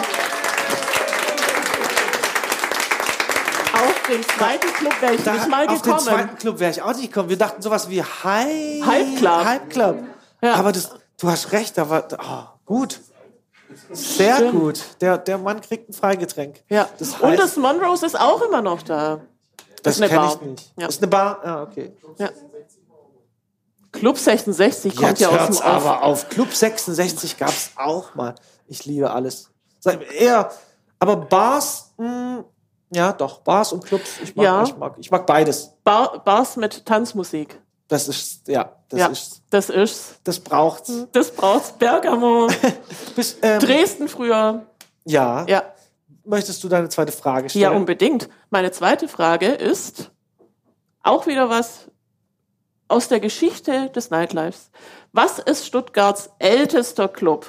Auf den zweiten Club wäre ich Da, nicht mal auf den gekommen. zweiten Club wäre ich auch nicht gekommen. Wir dachten sowas wie Hype, Hype Club. Hype Club. Ja. Aber das, du hast recht, da war oh, gut. Sehr Stimmt. gut. Der, der Mann kriegt ein Freigetränk. Ja. Das heißt, Und das Monrose ist auch immer noch da. das ist eine kenne Bar. ich nicht. Ja. Ist eine Bar? Ah, okay. Ja. Club sechsundsechzig kommt Jetzt ja aus hört's dem Off. aber auf. Club sechsundsechzig gab es auch mal. Ich liebe alles. Eher, aber Bars, mh, ja doch, Bars und Clubs, ich mag, Ja. ich mag, ich mag beides. Bar, Bars mit Tanzmusik. Das ist, ja, das ja, ist, das ist. das braucht's. Das braucht's. Bergamo. Bis, ähm, Dresden früher. ja. Ja. Möchtest du deine zweite Frage stellen? Ja, unbedingt. Meine zweite Frage ist auch wieder was aus der Geschichte des Nightlifes. Was ist Stuttgarts ältester Club?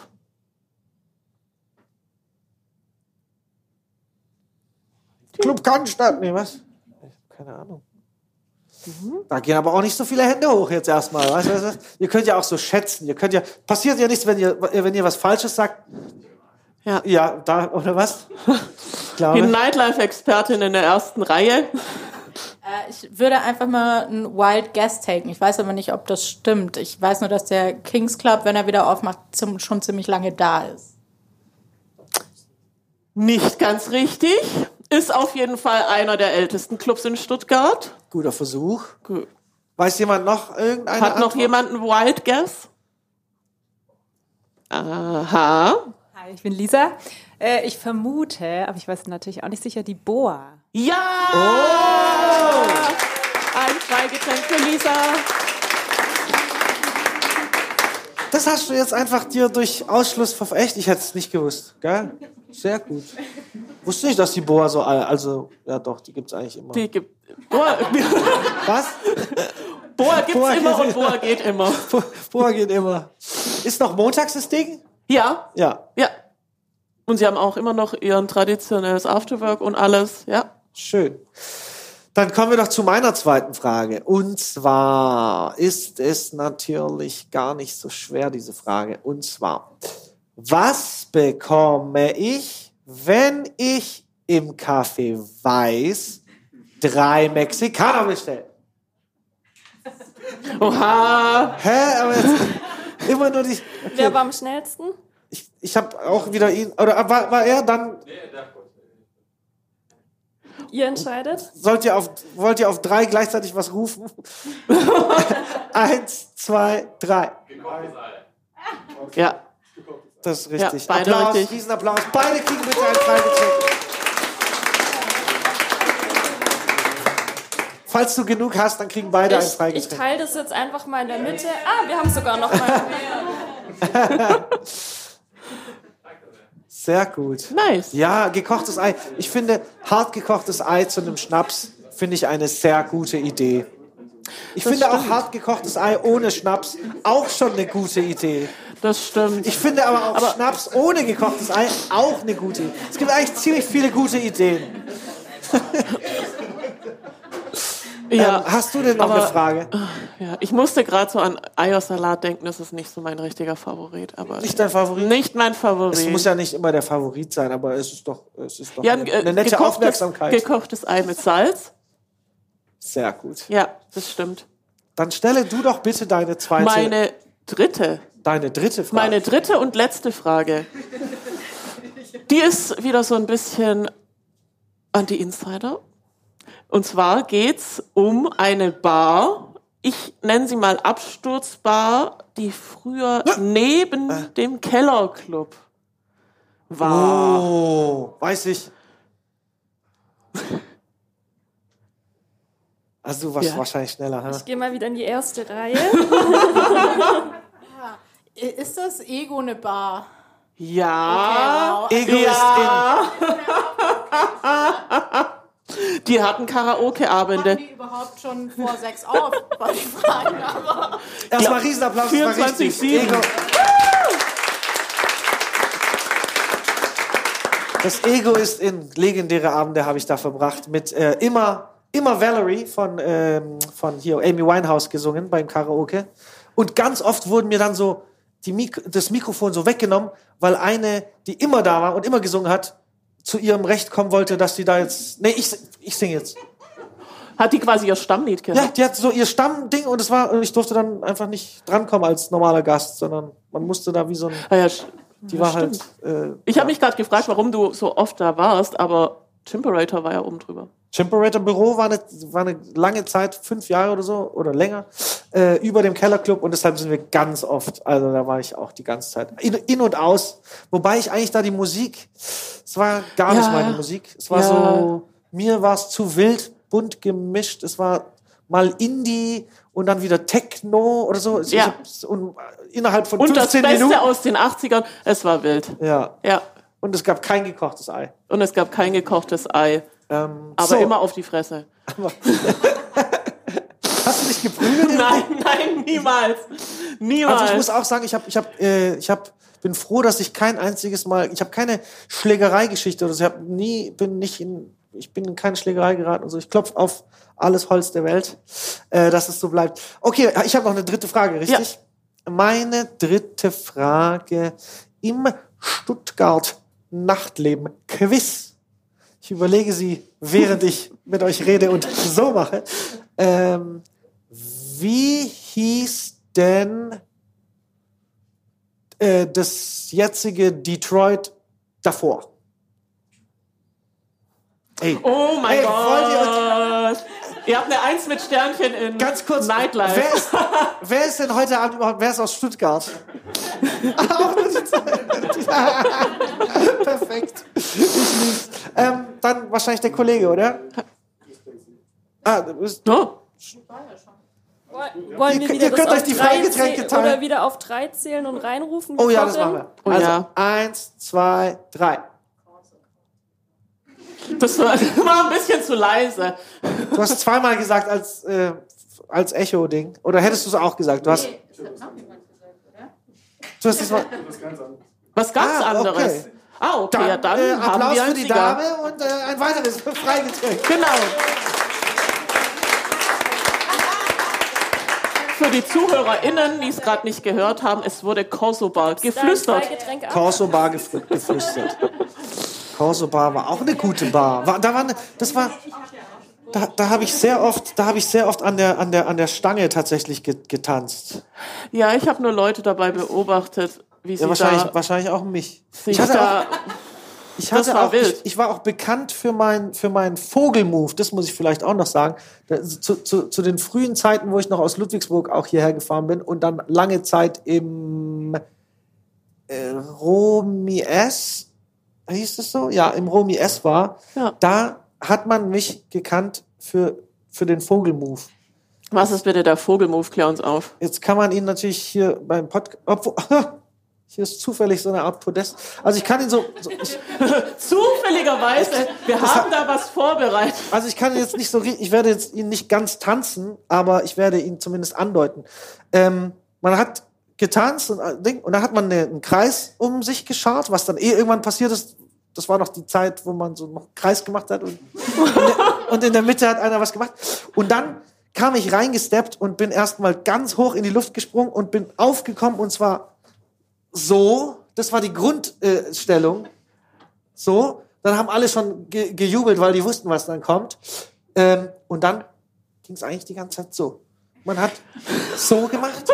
Club Cannstatt, nee, was? Keine Ahnung. Mhm. Da gehen aber auch nicht so viele Hände hoch jetzt erstmal. Weißt du, was? Ihr könnt ja auch so schätzen. Ihr könnt ja, passiert ja nichts, wenn ihr, wenn ihr was Falsches sagt. Ja. Ja, da, oder was? Ich glaube. Die Nightlife-Expertin in der ersten Reihe. Ich würde einfach mal ein Wild Guess taken. Ich weiß aber nicht, ob das stimmt. Ich weiß nur, dass der Kings Club, wenn er wieder aufmacht, zum, schon ziemlich lange da ist. Nicht ganz richtig. Ist auf jeden Fall einer der ältesten Clubs in Stuttgart. Guter Versuch. Gut. Weiß jemand noch irgendeine Hat noch Antwort? jemand einen Wild Guess? Aha. Hi, ich bin Lisa. Äh, ich vermute, aber ich weiß natürlich auch nicht sicher, die Boa. Ja! Oh! Ein Freigetränk für Lisa. Das hast du jetzt einfach dir durch Ausschluss ver... Echt? Ich hätte es nicht gewusst. Gell? Sehr gut. Wusste nicht, dass die Boa so... alt- Also, ja doch, die gibt's eigentlich immer. Die gibt, Boa, Was? Boa gibt's Boa immer geht- und Boa geht immer. Bo- Boa geht immer. Ist noch montags das Ding? Ja, Ja. ja. Und sie haben auch immer noch ihren traditionelles Afterwork und alles, ja. Schön. Dann kommen wir doch zu meiner zweiten Frage. Und zwar ist es natürlich gar nicht so schwer, diese Frage. Und zwar, was bekomme ich, wenn ich im Café Weiß drei Mexikaner bestelle? Oha. Hä? Aber jetzt immer nur die... Wer Okay. war am schnellsten? Ich, ich habe auch wieder ihn... Oder war, war er dann... Ihr entscheidet. Sollt ihr auf, wollt ihr auf drei gleichzeitig was rufen? Eins, zwei, drei. Ja. Das ist richtig. Ja, beide Applaus, richtig. Riesenapplaus. Beide kriegen bitte ein Freigetränk. Falls du genug hast, dann kriegen beide ein Ich, ich Freigetränk. teile das jetzt einfach mal in der Mitte. Ah, wir haben sogar noch mal. Sehr gut. Nice. Ja, gekochtes Ei. Ich finde, hart gekochtes Ei zu einem Schnaps finde ich eine sehr gute Idee. Ich Das finde auch stimmt. hart gekochtes Ei ohne Schnaps auch schon eine gute Idee. Das stimmt. Ich finde aber auch Aber- Schnaps ohne gekochtes Ei auch eine gute Idee. Es gibt eigentlich ziemlich viele gute Ideen. ja. Ähm, hast du denn noch aber- eine Frage? Ja, ich musste gerade so an Eiersalat denken, das ist nicht so mein richtiger Favorit. Aber Nicht dein Favorit? Nicht mein Favorit. Es muss ja nicht immer der Favorit sein, aber es ist doch, es ist doch ja, eine, ein, äh, eine nette gekochtes, Aufmerksamkeit. gekochtes Ei mit Salz. Sehr gut. Ja, das stimmt. Dann stelle du doch bitte deine zweite, Meine dritte, deine dritte Frage. meine dritte und letzte Frage. Die ist wieder so ein bisschen an die Insider. Und zwar geht's um eine Bar. Ich nenne sie mal Absturzbar, die früher neben dem Kellerclub war. Oh, weiß ich. Also du warst Ja. wahrscheinlich schneller. Hä? Ich gehe mal wieder in die erste Reihe. Ist das Ego eine Bar? Ja. Okay, wow. Ego Ja. Die hatten Hatten Karaoke-Abende. die überhaupt schon vor sechs auf? War die Frage, aber... ist in. Erstmal Riesenapplaus, das war vierundzwanzig richtig. sieben. Ego. Das Ego ist in. Legendäre Abende habe ich da verbracht mit äh, immer, immer Valerie von, ähm, von hier Amy Winehouse gesungen beim Karaoke. Und ganz oft wurden mir dann so die Mik- das Mikrofon so weggenommen, weil eine, die immer da war und immer gesungen hat, zu ihrem Recht kommen wollte, dass die da jetzt... Nee, ich, ich singe jetzt. Hat die quasi ihr Stammlied Ja, gehabt? die hat so ihr Stammding und es war, und ich durfte dann einfach nicht drankommen als normaler Gast, sondern man musste da wie so ein... Ah ja, sch- Die ja, war stimmt. halt... Äh, Ich habe mich gerade gefragt, warum du so oft da warst, aber Chimperator war ja oben drüber. Chimperator Büro war eine, war eine lange Zeit, fünf Jahre oder so, oder länger, äh, über dem Kellerclub und deshalb sind wir ganz oft, also da war ich auch die ganze Zeit, in, in und aus, wobei ich eigentlich da die Musik, es war gar Ja. nicht meine Musik, es war Ja. so, mir war es zu wild, bunt gemischt, es war mal Indie und dann wieder Techno oder so. Ich Ja. hab's- Und innerhalb von Und das fünfzehn Beste Minuten. aus den achtzigern, es war wild. Ja. Ja. Und es gab kein gekochtes Ei. Und es gab kein gekochtes Ei. Ähm, Aber so. immer auf die Fresse. Hast du dich geprügelt? Nein, nein, niemals. Niemals. Also ich muss auch sagen, ich habe, ich habe, äh, ich habe, bin froh, dass ich kein einziges Mal, ich habe keine Schlägereigeschichte oder so, ich habe nie, bin nicht in, ich bin in keine Schlägerei geraten und so. Ich klopfe auf alles Holz der Welt, äh, dass es so bleibt. Okay, ich habe noch eine dritte Frage, richtig? Meine dritte Frage im Stuttgart Nachtleben Quiz. Ich überlege sie, während ich mit euch rede und so mache. Ähm, wie hieß denn äh, das jetzige Detroit davor? Ey. Oh mein Ey, Gott. wollt ihr, Ihr habt eine Eins mit Sternchen in ganz kurz, Nightlife. wer ist, wer ist denn heute Abend überhaupt, wer ist aus Stuttgart? Auch nur die Zeit. Perfekt. Ich lieb's. Ähm, dann wahrscheinlich der Kollege, oder? Ah, du bist, Oh. Wollen wir Ihr- wieder ihr das könnt auf euch die drei Freigetränke zählen teilen. oder wieder auf drei zählen und reinrufen? wie oh ja, das vorhin? machen wir. Oh Also, ja. eins, zwei, drei. Das war, war ein bisschen zu leise. Du hast zweimal gesagt als, äh, als Echo-Ding. Oder hättest du es auch gesagt? Du hast, du hast diesmal, Was ganz Ah, anderes. okay. Ah, okay, dann, ja, dann äh, haben Applaus wir für einen die Sieger. Dame und äh, ein weiteres Freigetränk. Genau. Für die ZuhörerInnen, die es gerade nicht gehört haben, es wurde Corso Bar Dann geflüstert. zwei Getränke ab. Corso Bar gefl- geflüstert. Corso Bar war auch eine gute Bar. War, da war eine, das war, da, da habe ich sehr oft, da habe ich sehr oft an der, an der, an der Stange tatsächlich ge- getanzt. Ja, ich habe nur Leute dabei beobachtet, wie sie Ja, wahrscheinlich, da wahrscheinlich auch mich. sich Ich hatte da auch, ich das hatte war auch, wild. ich, ich war auch bekannt für meinen für meinen Vogelmove. Das muss ich vielleicht auch noch sagen. Da, zu, zu, zu den frühen Zeiten, wo ich noch aus Ludwigsburg auch hierher gefahren bin und dann lange Zeit im äh, Romy S, hieß es so? Ja, im Romy S war. Ja. Da hat man mich gekannt für für den Vogelmove. Was ist bitte der Vogelmove? Klär uns auf. Jetzt kann man ihn natürlich hier beim Podcast, obwohl hier ist zufällig so eine Art Podest. Also ich kann ihn so, so ich, Zufälligerweise, wir haben da was vorbereitet. also ich kann ihn jetzt nicht so, ri- ich werde jetzt ihn nicht ganz tanzen, aber ich werde ihn zumindest andeuten. Ähm, man hat getanzt und, äh, Ding, und dann hat man eine, einen Kreis um sich geschart, was dann eh irgendwann passiert ist. Das war noch die Zeit, wo man so noch einen Kreis gemacht hat und, und, der, und in der Mitte hat einer was gemacht. Und dann kam ich reingesteppt und bin erstmal ganz hoch in die Luft gesprungen und bin aufgekommen und zwar so, das war die Grundstellung. So, dann haben alle schon ge gejubelt, weil die wussten, was dann kommt. Ähm, und dann ging es eigentlich die ganze Zeit so. Man hat so gemacht.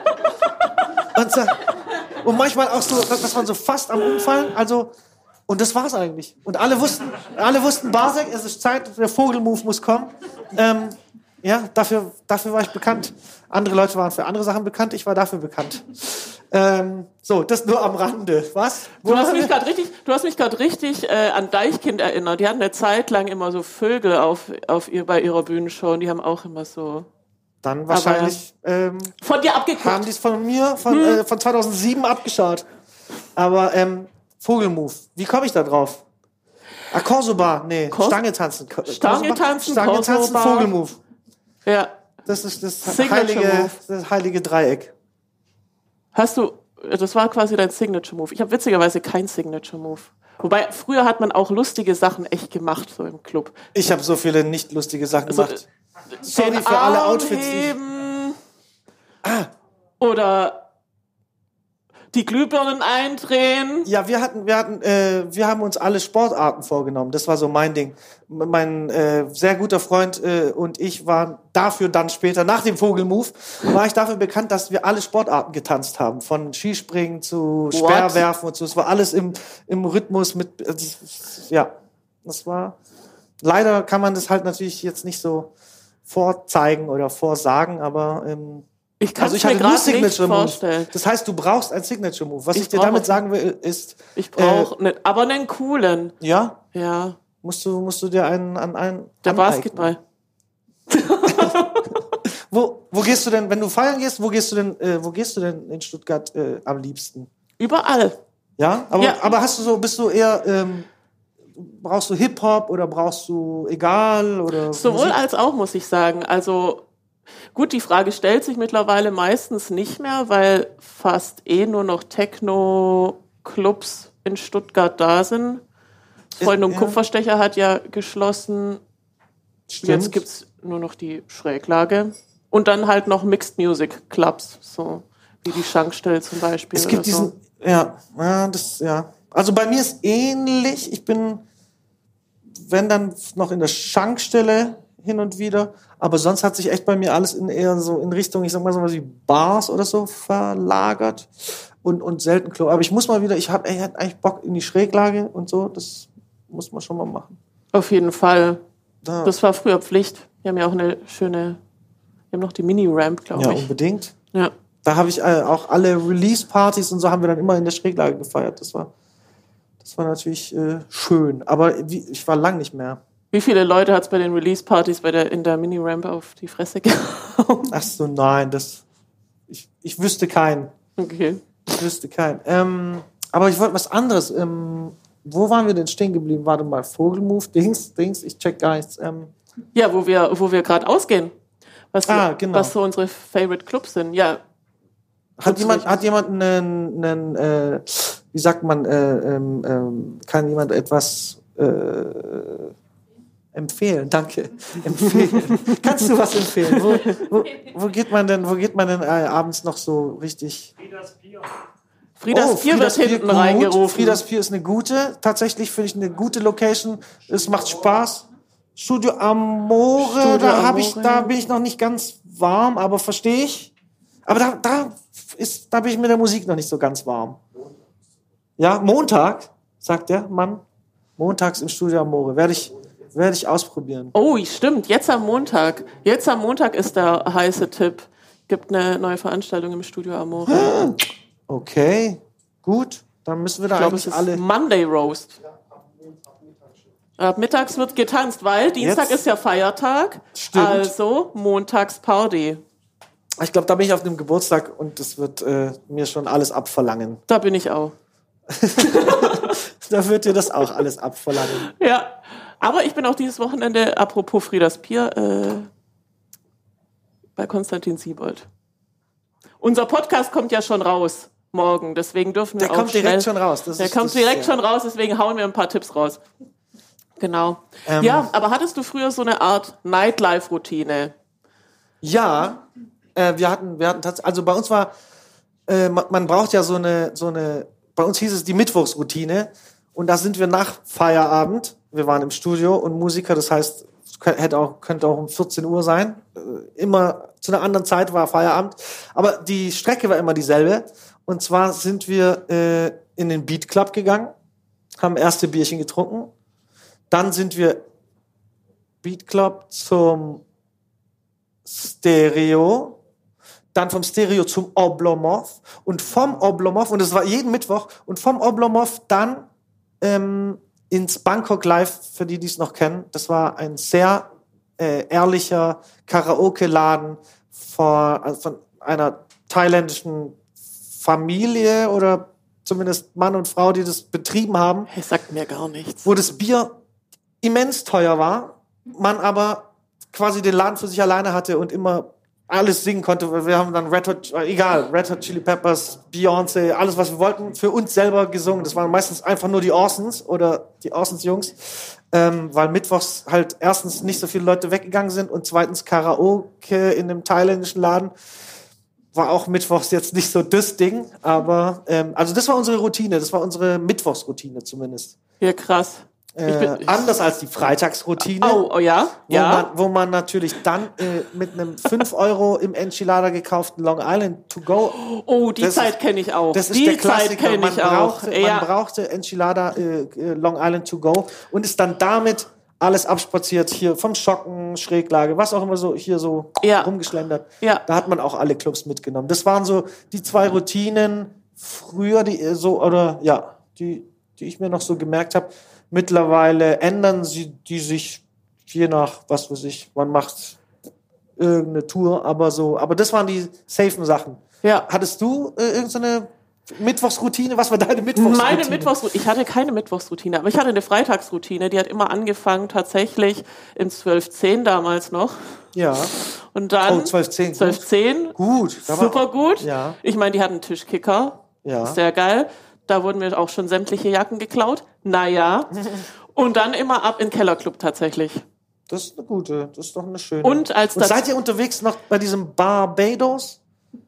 Und, so, und manchmal auch so, dass, dass man so fast am Umfallen, also, und das war's eigentlich. Und alle wussten, alle wussten, Basek, es ist Zeit, der Vogelmove muss kommen. Ähm, ja, dafür, dafür war ich bekannt. Andere Leute waren für andere Sachen bekannt, ich war dafür bekannt. Ähm, so, das nur am Rande. Was? Wo Du hast waren mich wir? gerade richtig, du hast mich gerade richtig äh, an Deichkind erinnert. Die hatten eine Zeit lang immer so Vögel auf, auf ihr, bei ihrer Bühnenshow und die haben auch immer so Dann wahrscheinlich ähm, von dir abgeguckt. haben die es von mir, von, äh, von zweitausendsieben abgeschaut. Aber ähm, Vogelmove, wie komme ich da drauf? Ah, Corso Bar, nee, Kors- Stange tanzen. Ko- Stange Corso Bar? tanzen, Stange Corso tanzen, Bar. Vogelmove. Ja. Das ist das Signature heilige, Move. das heilige Dreieck. Hast du, das war quasi dein Signature Move. Ich habe witzigerweise kein Signature Move. Wobei, früher hat man auch lustige Sachen echt gemacht, so im Club. Ich habe so viele nicht lustige Sachen Also, gemacht. Sorry Den für alle Arm Outfits. Die ich, heben. Oder die Glühbirnen eindrehen. ja, wir hatten, wir hatten, äh, wir haben uns alle Sportarten vorgenommen. Das war so mein Ding. M- Mein äh, sehr guter Freund äh, und ich waren dafür dann später, nach dem Vogelmove, war ich dafür bekannt, dass wir alle Sportarten getanzt haben. Von Skispringen zu Speerwerfen und so. Es war alles im, im Rhythmus mit, äh, das- ja, das war, leider kann man das halt natürlich jetzt nicht so vorzeigen oder vorsagen, aber, ähm, Ich kann also es ich mir hatte nur gerade nicht Signature Move. vorstellen. Das heißt, du brauchst ein Signature Move. Was ich, Ich dir brauche- damit sagen will, ist, Ich brauche Äh, nicht, aber einen coolen. ja, Ja, musst du, musst du dir einen an einen. der aneignen. Basketball. Wo, wo gehst du denn, wenn du feiern gehst, wo gehst du denn, äh, wo gehst du denn in Stuttgart äh, am liebsten? Überall. Ja, aber, Ja. aber hast du so, bist du eher, ähm, brauchst du Hip-Hop oder brauchst du egal oder Sowohl Musik? als auch, muss ich sagen. Also gut, die Frage stellt sich mittlerweile meistens nicht mehr, weil fast eh nur noch Techno-Clubs in Stuttgart da sind. Das Freund und ja. Kupferstecher hat ja geschlossen. Stimmt. Jetzt gibt's nur noch die Schräglage. Und dann halt noch Mixed Music Clubs, so wie die Schankstelle zum Beispiel. Es gibt oder diesen, so. ja, ja, das, ja. Also bei mir ist ähnlich. Ich bin wenn dann noch in der Schankstelle hin und wieder. Aber sonst hat sich echt bei mir alles in eher so in Richtung, ich sag mal so was wie Bars oder so verlagert. Und, und selten Club. Aber ich muss mal wieder, ich habe eigentlich Bock in die Schräglage und so. Das muss man schon mal machen. Auf jeden Fall. Da. Das war früher Pflicht. Wir haben ja auch eine schöne, wir haben noch die Mini-Ramp, glaube Ja, ich. unbedingt. Ja. Da habe ich äh, auch alle Release-Partys und so haben wir dann immer in der Schräglage gefeiert. Das war, das war natürlich äh, schön. Aber wie, ich war lang nicht mehr. Wie viele Leute hat es bei den Release-Partys bei der, in der Mini-Ramp auf die Fresse gehauen? Ach so, nein, das, ich, ich wüsste keinen. Okay. Ich wüsste keinen. Ähm, aber ich wollte was anderes. Ähm, wo waren wir denn stehen geblieben? Warte mal, Vogelmove, Dings, Dings, ich check gar nichts. Ähm, Ja, wo wir, wo wir gerade ausgehen. Was, Ah, genau. was so unsere Favorite Clubs sind. Ja, Hat jemand, hat jemand einen, einen äh, wie sagt man, äh, ähm, ähm, kann jemand etwas äh, empfehlen? Danke. Empfehlen. Kannst du was empfehlen? Wo, wo, wo geht man denn, wo geht man denn äh, abends noch so richtig? Fridas Bier Oh, wird Fridas Bier, hinten gut. reingerufen. Fridas Bier ist eine gute, tatsächlich finde ich eine gute Location. Es macht Spaß. Studio Amore, Studio da habe ich, Amore. da bin ich noch nicht ganz warm, aber verstehe ich. Aber da, da ist, da bin ich mit der Musik noch nicht so ganz warm. Ja, Montag, sagt der Mann. Montags im Studio Amore. Werde ich, werde ich ausprobieren. Oh, stimmt. Jetzt am Montag. Jetzt am Montag ist der heiße Tipp. Gibt eine neue Veranstaltung im Studio Amore. Okay, gut. Dann müssen wir da Ich glaube, es eigentlich ist alle. Monday Roast. Ab mittags wird getanzt, weil Dienstag Jetzt? ist ja Feiertag. Stimmt. Also montags Party. Ich glaube, da bin ich auf dem Geburtstag und das wird äh, mir schon alles abverlangen. Da bin ich auch. Da wird dir das auch alles abverlangen. Ja. Aber ich bin auch dieses Wochenende, apropos Fridas Bier, äh, bei Konstantin Siebold. Unser Podcast kommt ja schon raus morgen, deswegen dürfen wir Der auch kommt schnell, direkt schon raus. Das Der ist, kommt das direkt ist, ja. schon raus, deswegen hauen wir ein paar Tipps raus. Genau. Ähm, ja, aber hattest du früher so eine Art Nightlife-Routine? Ja, äh, wir hatten, wir hatten tatsächlich, also bei uns war, äh, man, man braucht ja so eine, so eine, bei uns hieß es die Mittwochsroutine und da sind wir nach Feierabend, wir waren im Studio und Musiker, das heißt, es kö- hätte auch, könnte auch um vierzehn Uhr sein, äh, immer zu einer anderen Zeit war Feierabend, aber die Strecke war immer dieselbe und zwar sind wir äh, in den Beat Club gegangen, haben erste Bierchen getrunken, dann sind wir Beat Club zum Stereo, dann vom Stereo zum Oblomov und vom Oblomov, und das war jeden Mittwoch, und vom Oblomov dann ähm, ins Bangkok Live, für die, die es noch kennen. Das war ein sehr äh, ehrlicher Karaoke-Laden von, also von einer thailändischen Familie oder zumindest Mann und Frau, die das betrieben haben, Es sagt mir gar nichts. wo das Bier immens teuer war, man aber quasi den Laden für sich alleine hatte und immer alles singen konnte. Wir haben dann Red Hot, egal, Red Hot Chili Peppers, Beyoncé, alles, was wir wollten, für uns selber gesungen. Das waren meistens einfach nur die Orsons oder die Orsons-Jungs, ähm, weil mittwochs halt erstens nicht so viele Leute weggegangen sind und zweitens Karaoke in dem thailändischen Laden war auch mittwochs jetzt nicht so das Ding, aber ähm, also das war unsere Routine, das war unsere Mittwochsroutine zumindest. Ja, krass. Ich Äh, bin- anders als die Freitagsroutine. Oh, oh ja? Wo, Ja. man, wo man natürlich dann äh, mit einem fünf Euro im Enchilada gekauften Long Island to go. Oh, die Das Zeit ist- kenne ich auch. Das ist die der Zeit Klassiker. kenne Man ich auch. brauchte, Ja. man brauchte Enchilada äh, äh, Long Island to go und ist dann damit alles abspaziert, hier vom Schocken, Schräglage, was auch immer so hier so Ja. rumgeschlendert. Ja. Da hat man auch alle Clubs mitgenommen. Das waren so die zwei Routinen früher, die äh, so, oder ja, die, die ich mir noch so gemerkt habe. Mittlerweile ändern sie die sich je nach, was weiß ich, man macht irgendeine Tour, aber so, aber das waren die safen Sachen. Ja. Hattest du äh, irgendeine Mittwochsroutine? Was war deine Mittwochsroutine? Meine Mittwochsroutine, ich hatte keine Mittwochsroutine, aber ich hatte eine Freitagsroutine, die hat immer angefangen tatsächlich im zwölf zehn damals noch. Ja. Und dann Oh, zwölf zehn, gut. zwölf zehn, Gut. da war- super gut. Ja. Ich meine, die hatten Tischkicker, Ja. sehr geil. Da wurden mir auch schon sämtliche Jacken geklaut. Naja. Und dann immer ab in den Kellerclub tatsächlich. Das ist eine gute, das ist doch eine schöne. Und als Und das- seid ihr unterwegs noch bei diesem Barbados?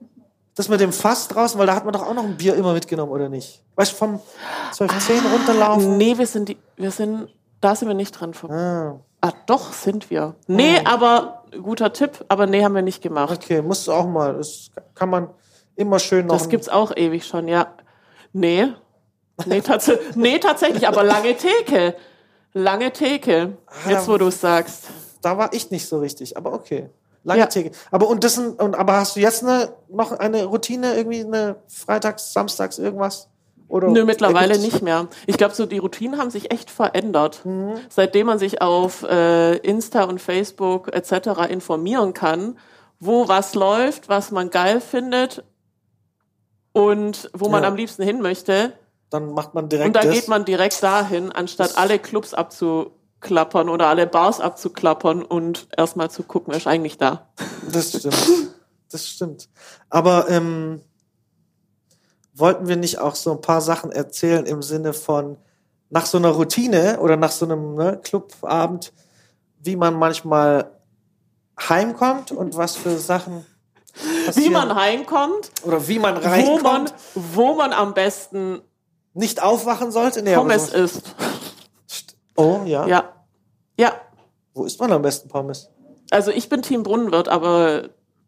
Das mit dem Fass draußen, weil da hat man doch auch noch ein Bier immer mitgenommen, oder nicht? Weißt du, vom zwölf zehn runterlaufen? Nee, wir sind, die, wir sind Da sind wir nicht dran vorbei. Ah. Ah, doch, sind wir. Nee, Ah. aber, guter Tipp, aber nee, haben wir nicht gemacht. Okay, musst du auch mal. Das kann man immer schön noch... Das gibt's auch ewig schon, ja. Nee. Nee, tats- nee tatsächlich, aber lange Theke. Lange Theke. Jetzt, wo du es sagst. Da war ich nicht so richtig, aber okay. Lange Ja. Theke. Aber und das sind, und aber hast du jetzt eine, noch eine Routine, irgendwie eine Freitags, Samstags, irgendwas? Oder Nö, mittlerweile ergibt's- nicht mehr. Ich glaube, so die Routinen haben sich echt verändert. Mhm. Seitdem man sich auf äh, Insta und Facebook et cetera informieren kann, wo was läuft, was man geil findet und wo man Ja. am liebsten hin möchte. Dann macht man direkt Und da das. geht man direkt dahin, anstatt alle Clubs abzuklappern oder alle Bars abzuklappern und erstmal zu gucken, wer ist eigentlich da. Das stimmt. Das stimmt. Aber ähm, wollten wir nicht auch so ein paar Sachen erzählen im Sinne von nach so einer Routine oder nach so einem ne, Clubabend, wie man manchmal heimkommt und was für Sachen passieren? Wie man heimkommt, oder wie man wo man, reinkommt, wo man am besten nicht aufwachen sollte. Nee, aber Pommes so- isst. Oh ja. Ja. Ja. Wo isst man am besten Pommes? Also ich bin Team Brunnenwirt, aber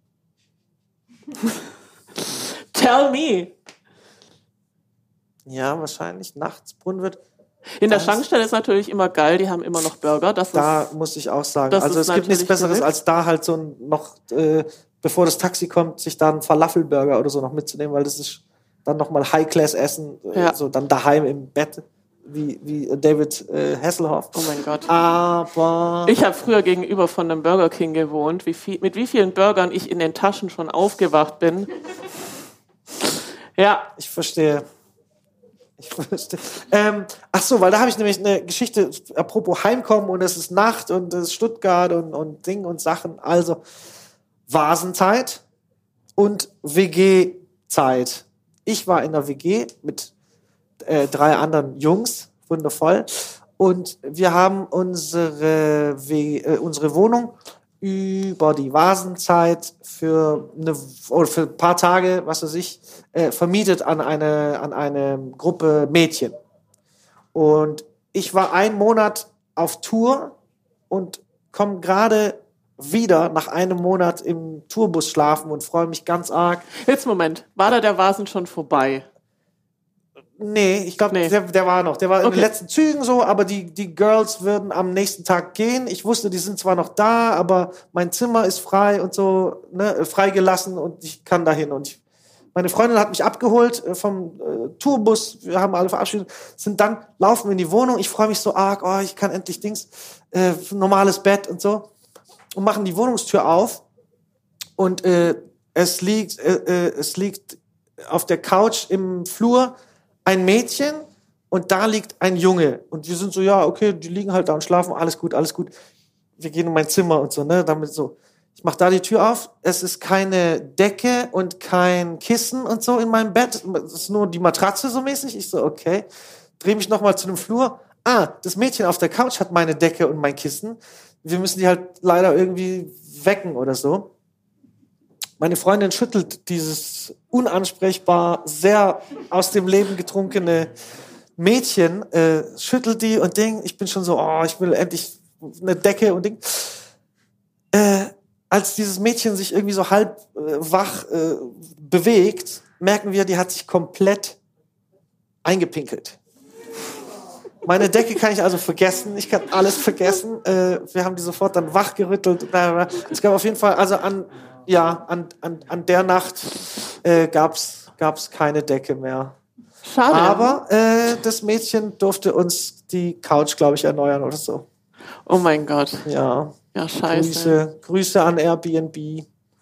tell me. Ja, wahrscheinlich nachts Brunnenwirt. In der Das- Schankstelle ist natürlich immer geil, die haben immer noch Burger. Das Da ist, muss ich auch sagen. das Also ist es gibt nichts natürlich Besseres, gewitzt. als da halt so ein noch, äh, bevor das Taxi kommt, sich da einen Falafelburger oder so noch mitzunehmen, weil das ist dann nochmal High-Class-Essen, äh, Ja. so dann daheim im Bett, wie, wie David äh, Hasselhoff. oh mein Gott. Aber Ich habe früher gegenüber von einem Burger King gewohnt. Wie viel, mit wie vielen Burgern ich in den Taschen schon aufgewacht bin. Ja, ich verstehe. Ich verstehe. Ähm, ach so, weil da habe ich nämlich eine Geschichte, apropos Heimkommen und es ist Nacht und es ist Stuttgart und, und Ding und Sachen. Also Vasenzeit und W G-Zeit. Ich war in der W G mit äh, drei anderen Jungs, wundervoll. Und wir haben unsere, W- äh, unsere Wohnung über die Vasenzeit für eine oder für ein paar Tage, was weiß ich, äh, vermietet an eine an eine Gruppe Mädchen. Und ich war einen Monat auf Tour und komme gerade wieder nach einem Monat im Tourbus schlafen und freue mich ganz arg. jetzt Moment. War da der Vasen schon vorbei? Nee, ich glaube, Nee. der, der war noch. Der war in Okay. den letzten Zügen so, aber die, die Girls würden am nächsten Tag gehen. Ich wusste, die sind zwar noch da, aber mein Zimmer ist frei und so, ne, freigelassen und ich kann dahin. Und ich, meine Freundin hat mich abgeholt äh, vom äh, Tourbus. Wir haben alle verabschiedet, sind dann, laufen in die Wohnung. Ich freue mich so arg, oh, ich kann endlich Dings, äh, normales Bett und so. Und machen die Wohnungstür auf. Und äh, es liegt, äh, äh, es liegt auf der Couch im Flur ein Mädchen und da liegt ein Junge. Und wir sind so, ja, okay, die liegen halt da und schlafen, alles gut, alles gut. Wir gehen in mein Zimmer und so, ne, damit so. Ich mach da die Tür auf, es ist keine Decke und kein Kissen und so in meinem Bett. Es ist nur die Matratze so mäßig. Ich so, okay. Dreh mich nochmal zu dem Flur. Ah, das Mädchen auf der Couch hat meine Decke und mein Kissen. Wir müssen die halt leider irgendwie wecken oder so. Meine Freundin schüttelt dieses unansprechbar, sehr aus dem Leben getrunkene Mädchen, äh, schüttelt die und Ding. Ich bin schon so, oh, ich will endlich eine Decke und Ding. Äh, als dieses Mädchen sich irgendwie so halb äh, wach äh, bewegt, merken wir, die hat sich komplett eingepinkelt. Meine Decke kann ich also vergessen. Ich kann alles vergessen. Äh, wir haben die sofort dann wachgerüttelt. Es gab auf jeden Fall, also an, ja, an, an, an der Nacht äh, gab's, gab's keine Decke mehr. Schade. Aber äh, das Mädchen durfte uns die Couch, glaube ich, erneuern oder so. Oh mein Gott. Ja. Ja, scheiße. Grüße, Grüße an Airbnb.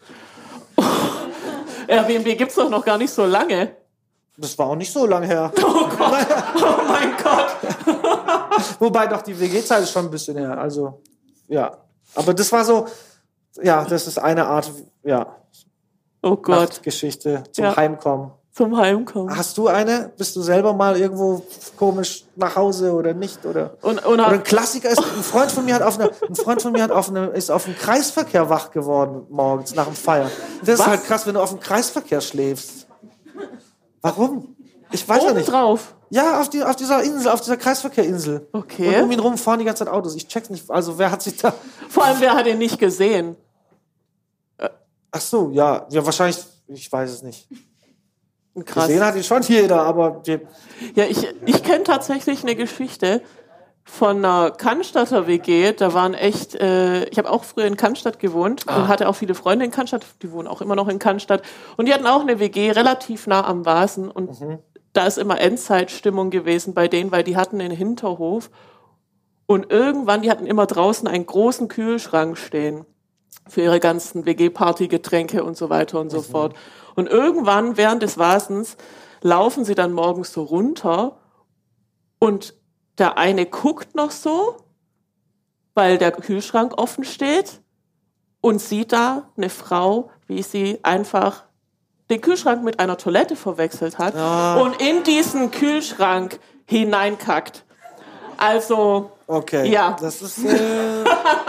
Airbnb gibt's doch noch gar nicht so lange. Das war auch nicht so lang her. Oh Gott. Oh mein Gott. Wobei doch die W G-Zeit ist schon ein bisschen her. Also, ja. Aber das war so, ja, das ist eine Art, ja, Oh Gott. Nachtgeschichte zum Ja. Heimkommen. Zum Heimkommen. Hast du eine? Bist du selber mal irgendwo komisch nach Hause oder nicht? Oder, Und, und oder ein Klassiker ist, ein Freund von mir hat auf eine, ein Freund von mir hat auf eine, ist auf dem Kreisverkehr wach geworden morgens nach dem Feiern. Das Was? ist halt krass, wenn du auf dem Kreisverkehr schläfst. Warum? Ich weiß ja Oben nicht. drauf. Ja, auf, die, auf dieser Insel, auf dieser Kreisverkehrinsel. Okay. Und um ihn rum fahren die ganze Zeit Autos. Ich check's nicht. Also wer hat sich da... Vor allem, wer hat ihn nicht gesehen? Ach so, ja. Ja, wahrscheinlich... Ich weiß es nicht. Krass. Gesehen hat ihn schon jeder, aber... Die, Ja, ich, ich kenne tatsächlich eine Geschichte von einer Cannstatter W G. Da waren echt, äh, ich habe auch früher in Cannstatt gewohnt Ah. und hatte auch viele Freunde in Cannstatt. Die wohnen auch immer noch in Cannstatt. Und die hatten auch eine W G relativ nah am Wasen. Und Mhm. da ist immer Endzeitstimmung gewesen bei denen, weil die hatten einen Hinterhof. Und irgendwann, die hatten immer draußen einen großen Kühlschrank stehen für ihre ganzen W G-Party-Getränke und so weiter und so Mhm. fort. Und irgendwann während des Wasens laufen sie dann morgens so runter und der eine guckt noch so, weil der Kühlschrank offen steht und sieht da eine Frau, wie sie einfach den Kühlschrank mit einer Toilette verwechselt hat und in diesen Kühlschrank hineinkackt. Also, okay. Ja. Das ist... Äh,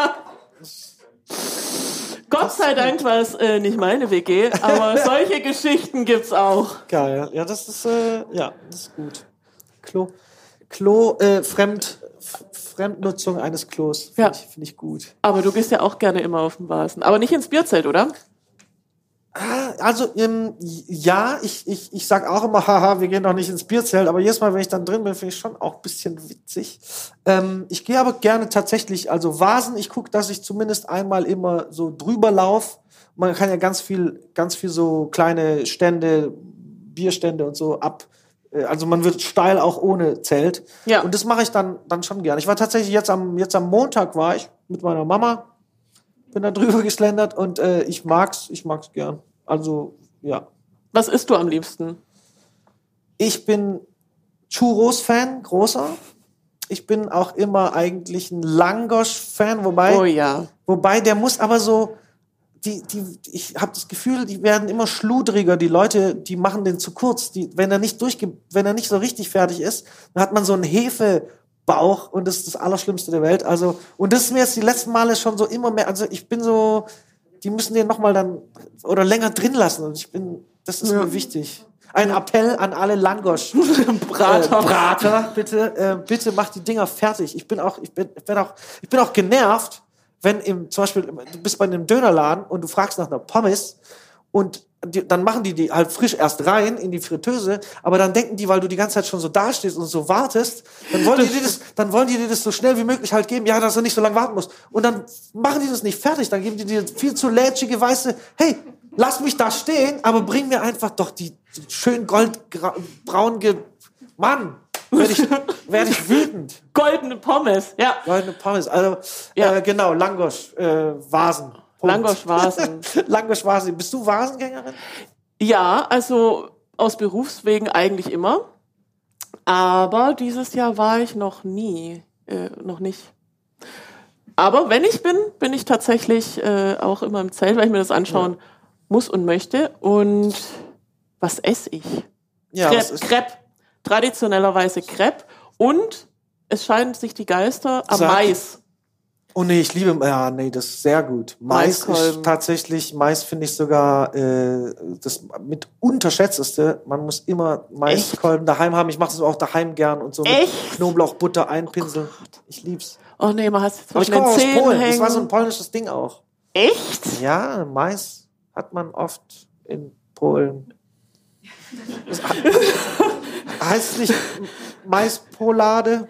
Gott sei Dank war es äh, nicht meine W G, aber solche Geschichten gibt's auch. geil. Ja, das ist... Äh, ja, das ist gut. Klo... Klo... Äh, Fremd... F- Fremdnutzung eines Klos. Finde Ja. ich, find ich gut. Aber du gehst ja auch gerne immer auf den Vasen. Aber nicht ins Bierzelt, oder? Also, ähm, ja, ich, ich, ich sag auch immer, haha, wir gehen doch nicht ins Bierzelt, aber jedes Mal, wenn ich dann drin bin, finde ich schon auch ein bisschen witzig. Ähm, ich gehe aber gerne tatsächlich, also Vasen, ich gucke, dass ich zumindest einmal immer so drüber laufe. Man kann ja ganz viel, ganz viel so kleine Stände, Bierstände und so ab. äh, Also man wird steil auch ohne Zelt. Ja. Und das mache ich dann, dann schon gerne. Ich war tatsächlich jetzt am, jetzt am Montag war ich mit meiner Mama. Bin da drüber geschlendert und äh, ich mag's, ich mag's gern. Also, ja. Was isst du am liebsten? Ich bin Churros-Fan, großer. Ich bin auch immer eigentlich ein Langosch-Fan, wobei, Oh ja. wobei der muss aber so, die, die, ich habe das Gefühl, die werden immer schludriger. Die Leute, die machen den zu kurz. Die, wenn er nicht durchge, wenn er nicht so richtig fertig ist, dann hat man so einen Hefebauch und das ist das Allerschlimmste der Welt. Also, und das ist mir jetzt die letzten Male schon so immer mehr, also ich bin so, die müssen den nochmal dann, oder länger drin lassen und ich bin, das ist mir wichtig. Ein Appell an alle Langosch-Brater, äh, Brater, bitte, äh, bitte macht die Dinger fertig. Ich bin auch, ich bin, ich bin auch, ich bin auch genervt, wenn im, zum Beispiel, du bist bei einem Dönerladen und du fragst nach einer Pommes und die, dann machen die die halt frisch erst rein in die Fritteuse, aber dann denken die, weil du die ganze Zeit schon so dastehst und so wartest, dann wollen die dir das, dann wollen die dir das so schnell wie möglich halt geben, ja, dass du nicht so lange warten musst. Und dann machen die das nicht fertig, dann geben die dir viel zu lätschige weiße, hey, lass mich da stehen, aber bring mir einfach doch die schön goldbraun ge... Mann, werde ich, werd ich wütend. Goldene Pommes, ja. Goldene Pommes, also Ja. äh, genau, Langosch, äh, Vasen. Punkt. Langosch-Vasen. Langosch-Vasen. Bist du Vasengängerin? Ja, also aus Berufswegen eigentlich immer. Aber dieses Jahr war ich noch nie, äh, noch nicht. Aber wenn ich bin, bin ich tatsächlich äh, auch immer im Zelt, weil ich mir das anschauen ja. muss und möchte. Und was esse ich? Ja, Crepe, was ist Crepe. Traditionellerweise Crepe. Und es scheiden sich die Geister am Sag. Mais. Oh nee, ich liebe, ja, nee, das ist sehr gut. Mais Maiskolben. ist tatsächlich, Mais finde ich sogar äh, das mit unterschätzteste. Man muss immer Maiskolben daheim haben. Ich mache das auch daheim gern und so mit Echt? Knoblauchbutter einpinseln. Ich lieb's. Oh nee, man hat es Aber ich zwischen komme den aus Zähnen Polen. hängen. Das war so ein polnisches Ding auch. Echt? Ja, Mais hat man oft in Polen. Das heißt nicht Maispolade?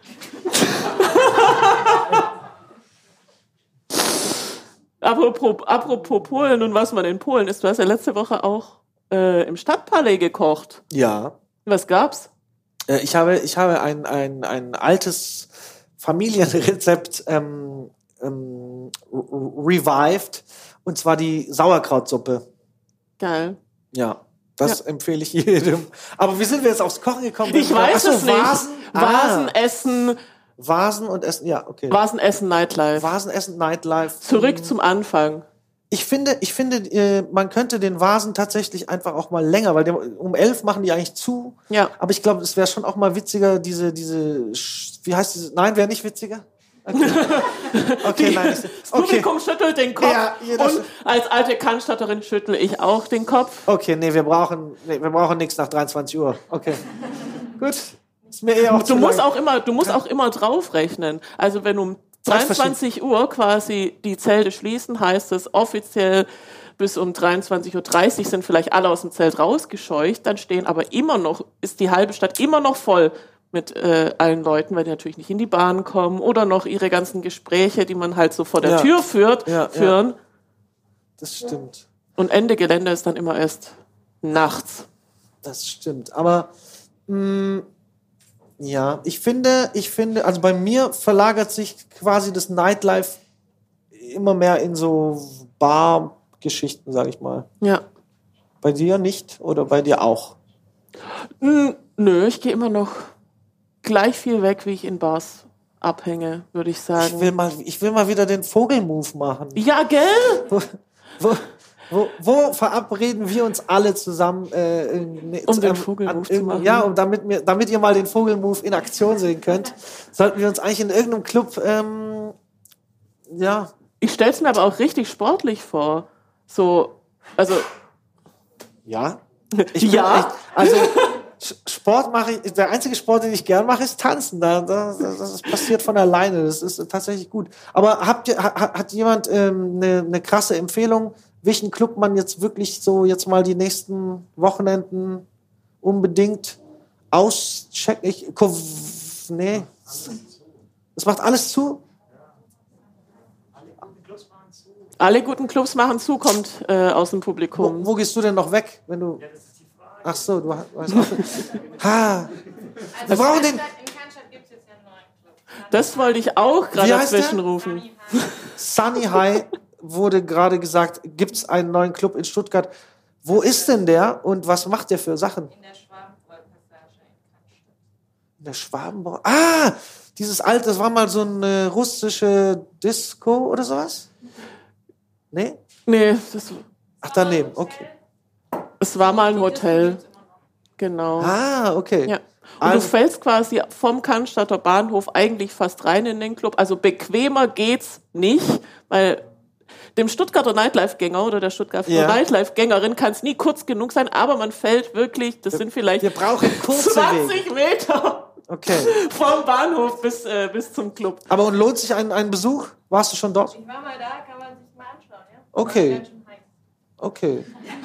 Apropos, apropos Polen und was man in Polen isst. Du hast ja letzte Woche auch äh, im Stadtpalais gekocht. Ja. Was gab's? Äh, ich habe, ich habe ein, ein, ein altes Familienrezept ähm, ähm, revived. Und zwar die Sauerkrautsuppe. Geil. Ja. Das Ja. empfehle ich jedem. Aber wie sind wir jetzt aufs Kochen gekommen? Ich weiß Ach so, es nicht. Vasen? Vasen, Ah, Essen, Vasen und Essen, ja, okay. Vasen, Essen, Nightlife. Vasen, Essen, Nightlife. Zurück zum Anfang. Ich finde, ich finde, äh, man könnte den Vasen tatsächlich einfach auch mal länger, weil die, um elf machen die eigentlich zu. Ja. Aber ich glaube, es wäre schon auch mal witziger, diese, diese, Sch- wie heißt diese? Nein, wäre nicht witziger. Okay, okay nein. Ich, Das okay. Publikum schüttelt den Kopf Ja, jeder und schü- als alte Cannstatterin schüttle ich auch den Kopf. Okay, nee, wir brauchen, nee, wir brauchen nichts nach dreiundzwanzig Uhr. Okay. Gut. Ist mir eher auch Du zu musst lang. auch immer, du musst auch immer draufrechnen. Also wenn um dreiundzwanzig Uhr quasi die Zelte schließen, heißt es offiziell bis um dreiundzwanzig Uhr dreißig sind vielleicht alle aus dem Zelt rausgescheucht, dann stehen aber immer noch, ist die halbe Stadt immer noch voll mit äh, allen Leuten, weil die natürlich nicht in die Bahn kommen oder noch ihre ganzen Gespräche, die man halt so vor der Ja. Tür führt, Ja, ja. führen. Das stimmt. Und Ende Gelände ist dann immer erst nachts. Das stimmt. Aber mh, ja, ich finde, ich finde, also bei mir verlagert sich quasi das Nightlife immer mehr in so Bar-Geschichten, sag ich mal. Ja. Bei dir nicht oder bei dir auch? Hm, nö, ich gehe immer noch gleich viel weg, wie ich in Bars abhänge, würde ich sagen. Ich will mal, ich will mal wieder den Vogelmove machen. Ja, gell? Wo, wo, wo, wo verabreden wir uns alle zusammen, äh, in- Um den an- Vogelmove an zu irgendeinem- machen. Ja, um damit, mir, damit ihr mal den Vogelmove in Aktion sehen könnt, sollten wir uns eigentlich in irgendeinem Club, ähm, ja, Ich stelle es mir aber auch richtig sportlich vor. So, also, ja, ich bin Ja? echt, also Sch- Sport mache ich, der einzige Sport, den ich gern mache, ist Tanzen. Da, da, das, das passiert von alleine. Das ist tatsächlich gut. Aber habt ihr, ha, hat jemand ähm, eine, eine krasse Empfehlung, welchen Club man jetzt wirklich so jetzt mal die nächsten Wochenenden unbedingt auschecken? Ich, Ko- nee. Das macht alles zu? alle guten Clubs machen zu, kommt äh, aus dem Wo, Publikum. wo gehst du denn noch weg, wenn du? Ach so, du hast auch. Ha. Wir brauchen den. In Cannstatt gibt es jetzt ja einen neuen Club. Das wollte ich auch Wie gerade heißt der? dazwischen rufen. Sunny High wurde gerade gesagt, gibt es einen neuen Club in Stuttgart. Wo ist denn der und was macht der für Sachen? In der Schwabenbräu-Passage in Cannstatt. In der Schwabenbau. Ah, dieses alte, das war mal so eine russische Disco oder sowas? Nee? Nee, das, Ach, daneben, okay. es war mal ein Hotel. Genau. Ah, okay. Ja. Und Also- du fällst quasi vom Cannstatter Bahnhof eigentlich fast rein in den Club. Also bequemer geht's nicht, weil dem Stuttgarter Nightlife-Gänger oder der Stuttgarter Ja. Nightlife-Gängerin kann es nie kurz genug sein, aber man fällt wirklich, das sind vielleicht Wir brauchen kurze zwanzig Wege. Meter Okay. vom Bahnhof bis, äh, bis zum Club. Aber und lohnt sich ein, ein Besuch? Warst du schon dort? Ich war mal da, kann man sich mal anschauen, ja? Okay. Ganz schön heiß. Okay.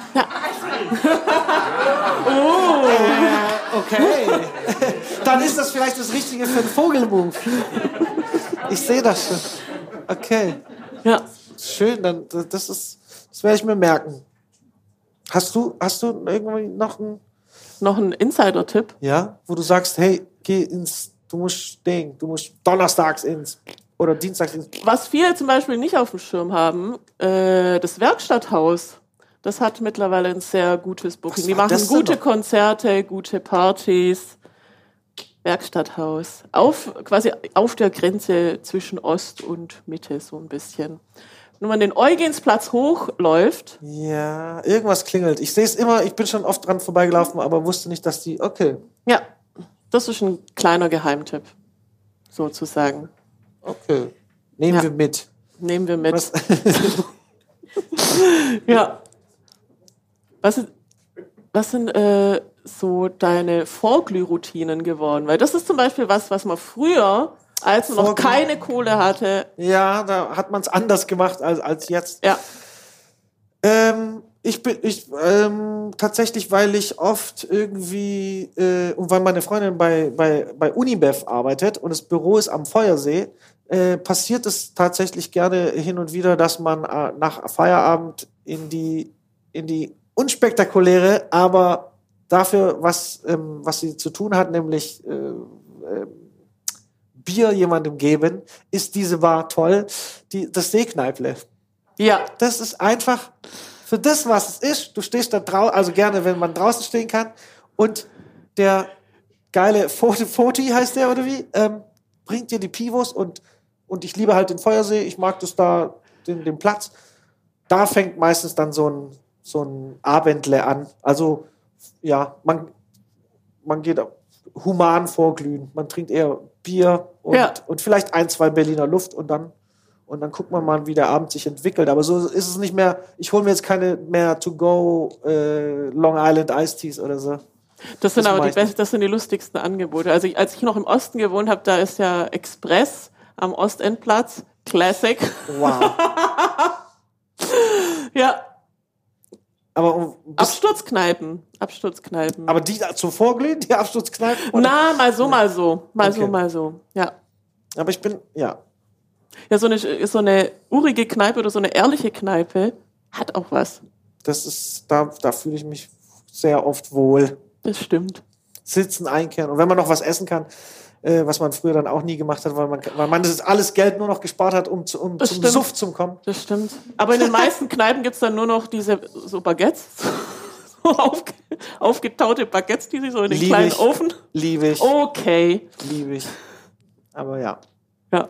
Oh. Äh, okay. Dann ist das vielleicht das Richtige für einen Vogelmove. Ich sehe das schon. Okay. Ja. Schön, dann das ist, das werde ich mir merken. Hast du, hast du irgendwie noch einen, Noch ein Insider-Tipp. ja, wo du sagst, hey, geh ins, du musst stehen, du musst donnerstags ins oder dienstags ins. Was viele zum Beispiel nicht auf dem Schirm haben, äh, das Werkstatthaus, das hat mittlerweile ein sehr gutes Booking. Was Die war machen das denn gute noch? Konzerte, gute Partys. Werkstatthaus. Auf, quasi auf der Grenze zwischen Ost und Mitte, so ein bisschen. Wenn man den Eugensplatz hochläuft, Ja, irgendwas klingelt. Ich sehe es immer, ich bin schon oft dran vorbeigelaufen, aber wusste nicht, dass die, okay, ja, das ist ein kleiner Geheimtipp, sozusagen. okay. Nehmen Ja. wir mit. Nehmen wir mit. Was? Ja. Was, ist, was sind äh, so deine Vorglühroutinen geworden? Weil das ist zum Beispiel was, was man früher, als man noch Vorglüh- keine Kohle hatte, Ja, da hat man es anders gemacht als, als jetzt. ja, Ähm, ich bin ich ähm, tatsächlich, weil ich oft irgendwie äh, und weil meine Freundin bei bei bei Unibev arbeitet und das Büro ist am Feuersee, äh, passiert es tatsächlich gerne hin und wieder, dass man äh, nach Feierabend in die in die unspektakuläre, aber dafür was ähm, was sie zu tun hat, nämlich äh, äh, Bier jemandem geben, ist diese Bar toll. Die das Seekneiple. ja, Das ist einfach für das, was es ist. Du stehst da draußen, also gerne, wenn man draußen stehen kann. Und der geile Foti, Foti heißt der, oder wie? Ähm, bringt dir die Pivos und, und ich liebe halt den Feuersee. Ich mag das da, den, den Platz. Da fängt meistens dann so ein, so ein Abendle an. Also, ja, man, man geht human vorglühen. Man trinkt eher Bier und, Ja. und vielleicht ein, zwei Berliner Luft und dann, und dann guckt man mal, wie der Abend sich entwickelt. Aber so ist es nicht mehr. Ich hole mir jetzt keine mehr To-Go äh, Long Island Iced Teas oder so. Das sind Das aber mach die ich nicht. besten, das sind die lustigsten Angebote. Also ich, als ich noch im Osten gewohnt habe, da ist ja Express am Ostendplatz. Classic. Wow. Ja, Aber, um, bis, Absturzkneipen. Absturzkneipen. aber die zum Vorglühen, die Absturzkneipen? oder? Na, mal so, mal so. Mal so, Okay. mal so. Ja. Aber ich bin, ja. Ja, so eine, so eine urige Kneipe oder so eine ehrliche Kneipe hat auch was. Das ist, da, da fühle ich mich sehr oft wohl. Das stimmt. Sitzen, einkehren. Und wenn man noch was essen kann, äh, was man früher dann auch nie gemacht hat, weil man, weil man das alles Geld nur noch gespart hat, um, zu, um Das zum stimmt. Suff zu kommen. Das stimmt. Aber in den meisten Kneipen gibt's dann nur noch diese so Baguettes. So aufge, aufgetaute Baguettes, die sie so in den Lieb kleinen ich. Ofen. Liebe ich. Okay. Liebe ich. Aber ja. Ja.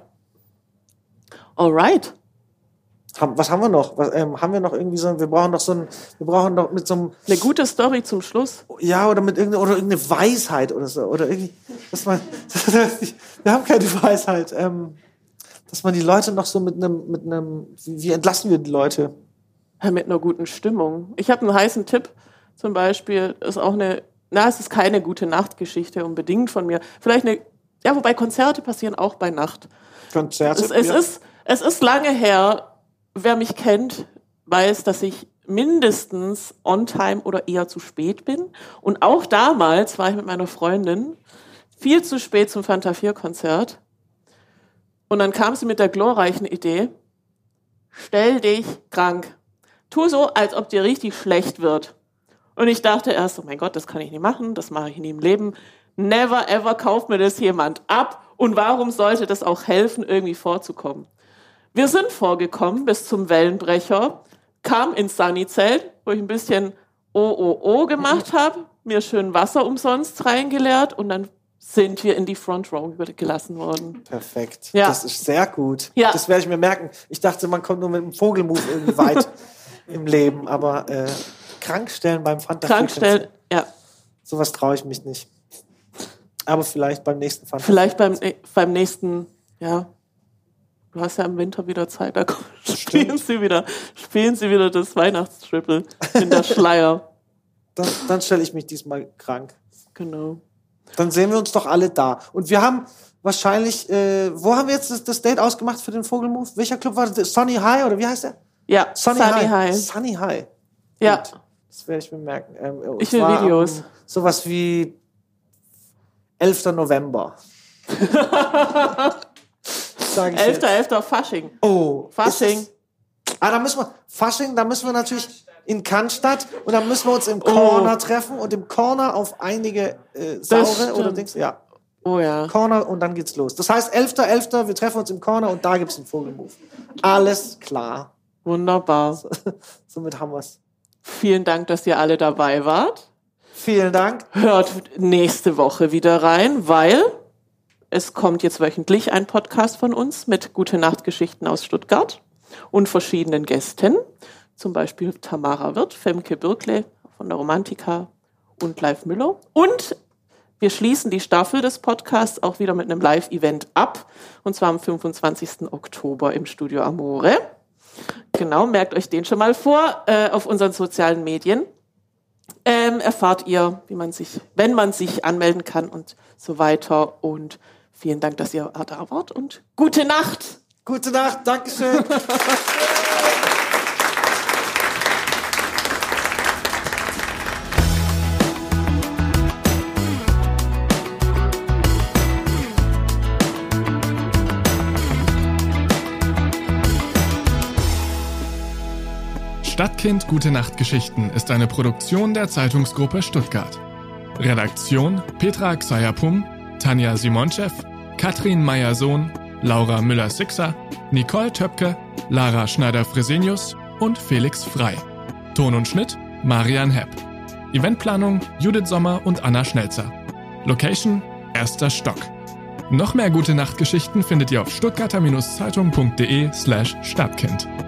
Alright. Haben, was haben wir noch? Was, ähm, haben wir noch irgendwie so, wir brauchen doch so ein, wir brauchen doch mit so einem, Eine gute Story zum Schluss. ja, oder mit irgendeiner, oder irgendeine Weisheit oder so, oder irgendwie, dass man, wir haben keine Weisheit, ähm, dass man die Leute noch so mit einem, mit einem, wie, wie entlassen wir die Leute? Ja, mit einer guten Stimmung. Ich habe einen heißen Tipp. Zum Beispiel ist auch eine, na, es ist keine gute Nachtgeschichte unbedingt von mir. Vielleicht eine, ja, wobei Konzerte passieren auch bei Nacht. Konzerte? Es, es, ja. ist, es ist lange her. Wer mich kennt, weiß, dass ich mindestens on time oder eher zu spät bin. Und auch damals war ich mit meiner Freundin viel zu spät zum Fanta vier Konzert. Und dann kam sie mit der glorreichen Idee, stell dich krank. Tu so, als ob dir richtig schlecht wird. Und ich dachte erst, oh mein Gott, das kann ich nicht machen, das mache ich nie im Leben. Never ever kauft mir das jemand ab. Und warum sollte das auch helfen, irgendwie vorzukommen? Wir sind vorgekommen bis zum Wellenbrecher, kam ins Sunny-Zelt, wo ich ein bisschen O O O gemacht habe, mir schön Wasser umsonst reingeleert und dann sind wir in die Front Row gelassen worden. Perfekt. Ja. Das ist sehr gut. Ja. Das werde ich mir merken. Ich dachte, man kommt nur mit einem Vogelmove irgendwie weit im Leben, aber äh, krankstellen beim Fanta Krankstellen, ja. Sowas traue ich mich nicht. Aber vielleicht beim nächsten Fanta. Vielleicht beim, beim nächsten, ja. Du hast ja im Winter wieder Zeit, da spielen sie wieder, spielen sie wieder das Weihnachtstriple in der Schleier. Dann, dann stelle ich mich diesmal krank. Genau. Dann sehen wir uns doch alle da. Und wir haben wahrscheinlich, äh, wo haben wir jetzt das, das Date ausgemacht für den Vogelmove? Welcher Club war das? Sunny High oder wie heißt der? Ja, Sunny, Sunny High. High. Sunny High. Ja, Gut. Das werde ich mir merken. Ähm, und Ich will zwar Videos. Am, sowas wie elfter November. Sag ich elfter jetzt. elfter Fasching. Oh, Fasching. ist das- Ah, da müssen wir, Fasching, da müssen wir natürlich in Cannstatt und dann müssen wir uns im Corner treffen und im Corner auf einige äh, saure stimmt. oder Dings, ja, Oh ja. Corner und dann geht's los. Das heißt, elfter elfter wir treffen uns im Corner und da gibt's einen Vogelmove. Alles klar. Wunderbar. Somit haben wir's. Vielen Dank, dass ihr alle dabei wart. Vielen Dank. Hört nächste Woche wieder rein, weil es kommt jetzt wöchentlich ein Podcast von uns mit Gute-Nacht-Geschichten aus Stuttgart und verschiedenen Gästen. Zum Beispiel Tamara Wirth, Femke Birkle von der Romantika und Leif Müller. Und wir schließen die Staffel des Podcasts auch wieder mit einem Live-Event ab. Und zwar am fünfundzwanzigsten Oktober im Studio Amore. Genau, merkt euch den schon mal vor. Äh, auf unseren sozialen Medien ähm, erfahrt ihr, wie man sich, wenn man sich anmelden kann und so weiter. Und vielen Dank, dass ihr da wart und gute Nacht! Gute Nacht. Dankeschön. Stadtkind Gute Nacht Geschichten ist eine Produktion der Zeitungsgruppe Stuttgart. Redaktion Petra Xayapum, Tanja Simonchev, Katrin Meyer-Sohn, Laura Müller-Sixer, Nicole Töpke, Lara Schneider-Fresenius und Felix Frei. Ton und Schnitt Marian Hepp. Eventplanung Judith Sommer und Anna Schnelzer. Location Erster Stock. Noch mehr Gute Nacht Geschichten findet ihr auf stuttgarter-zeitung.de slash Stadtkind.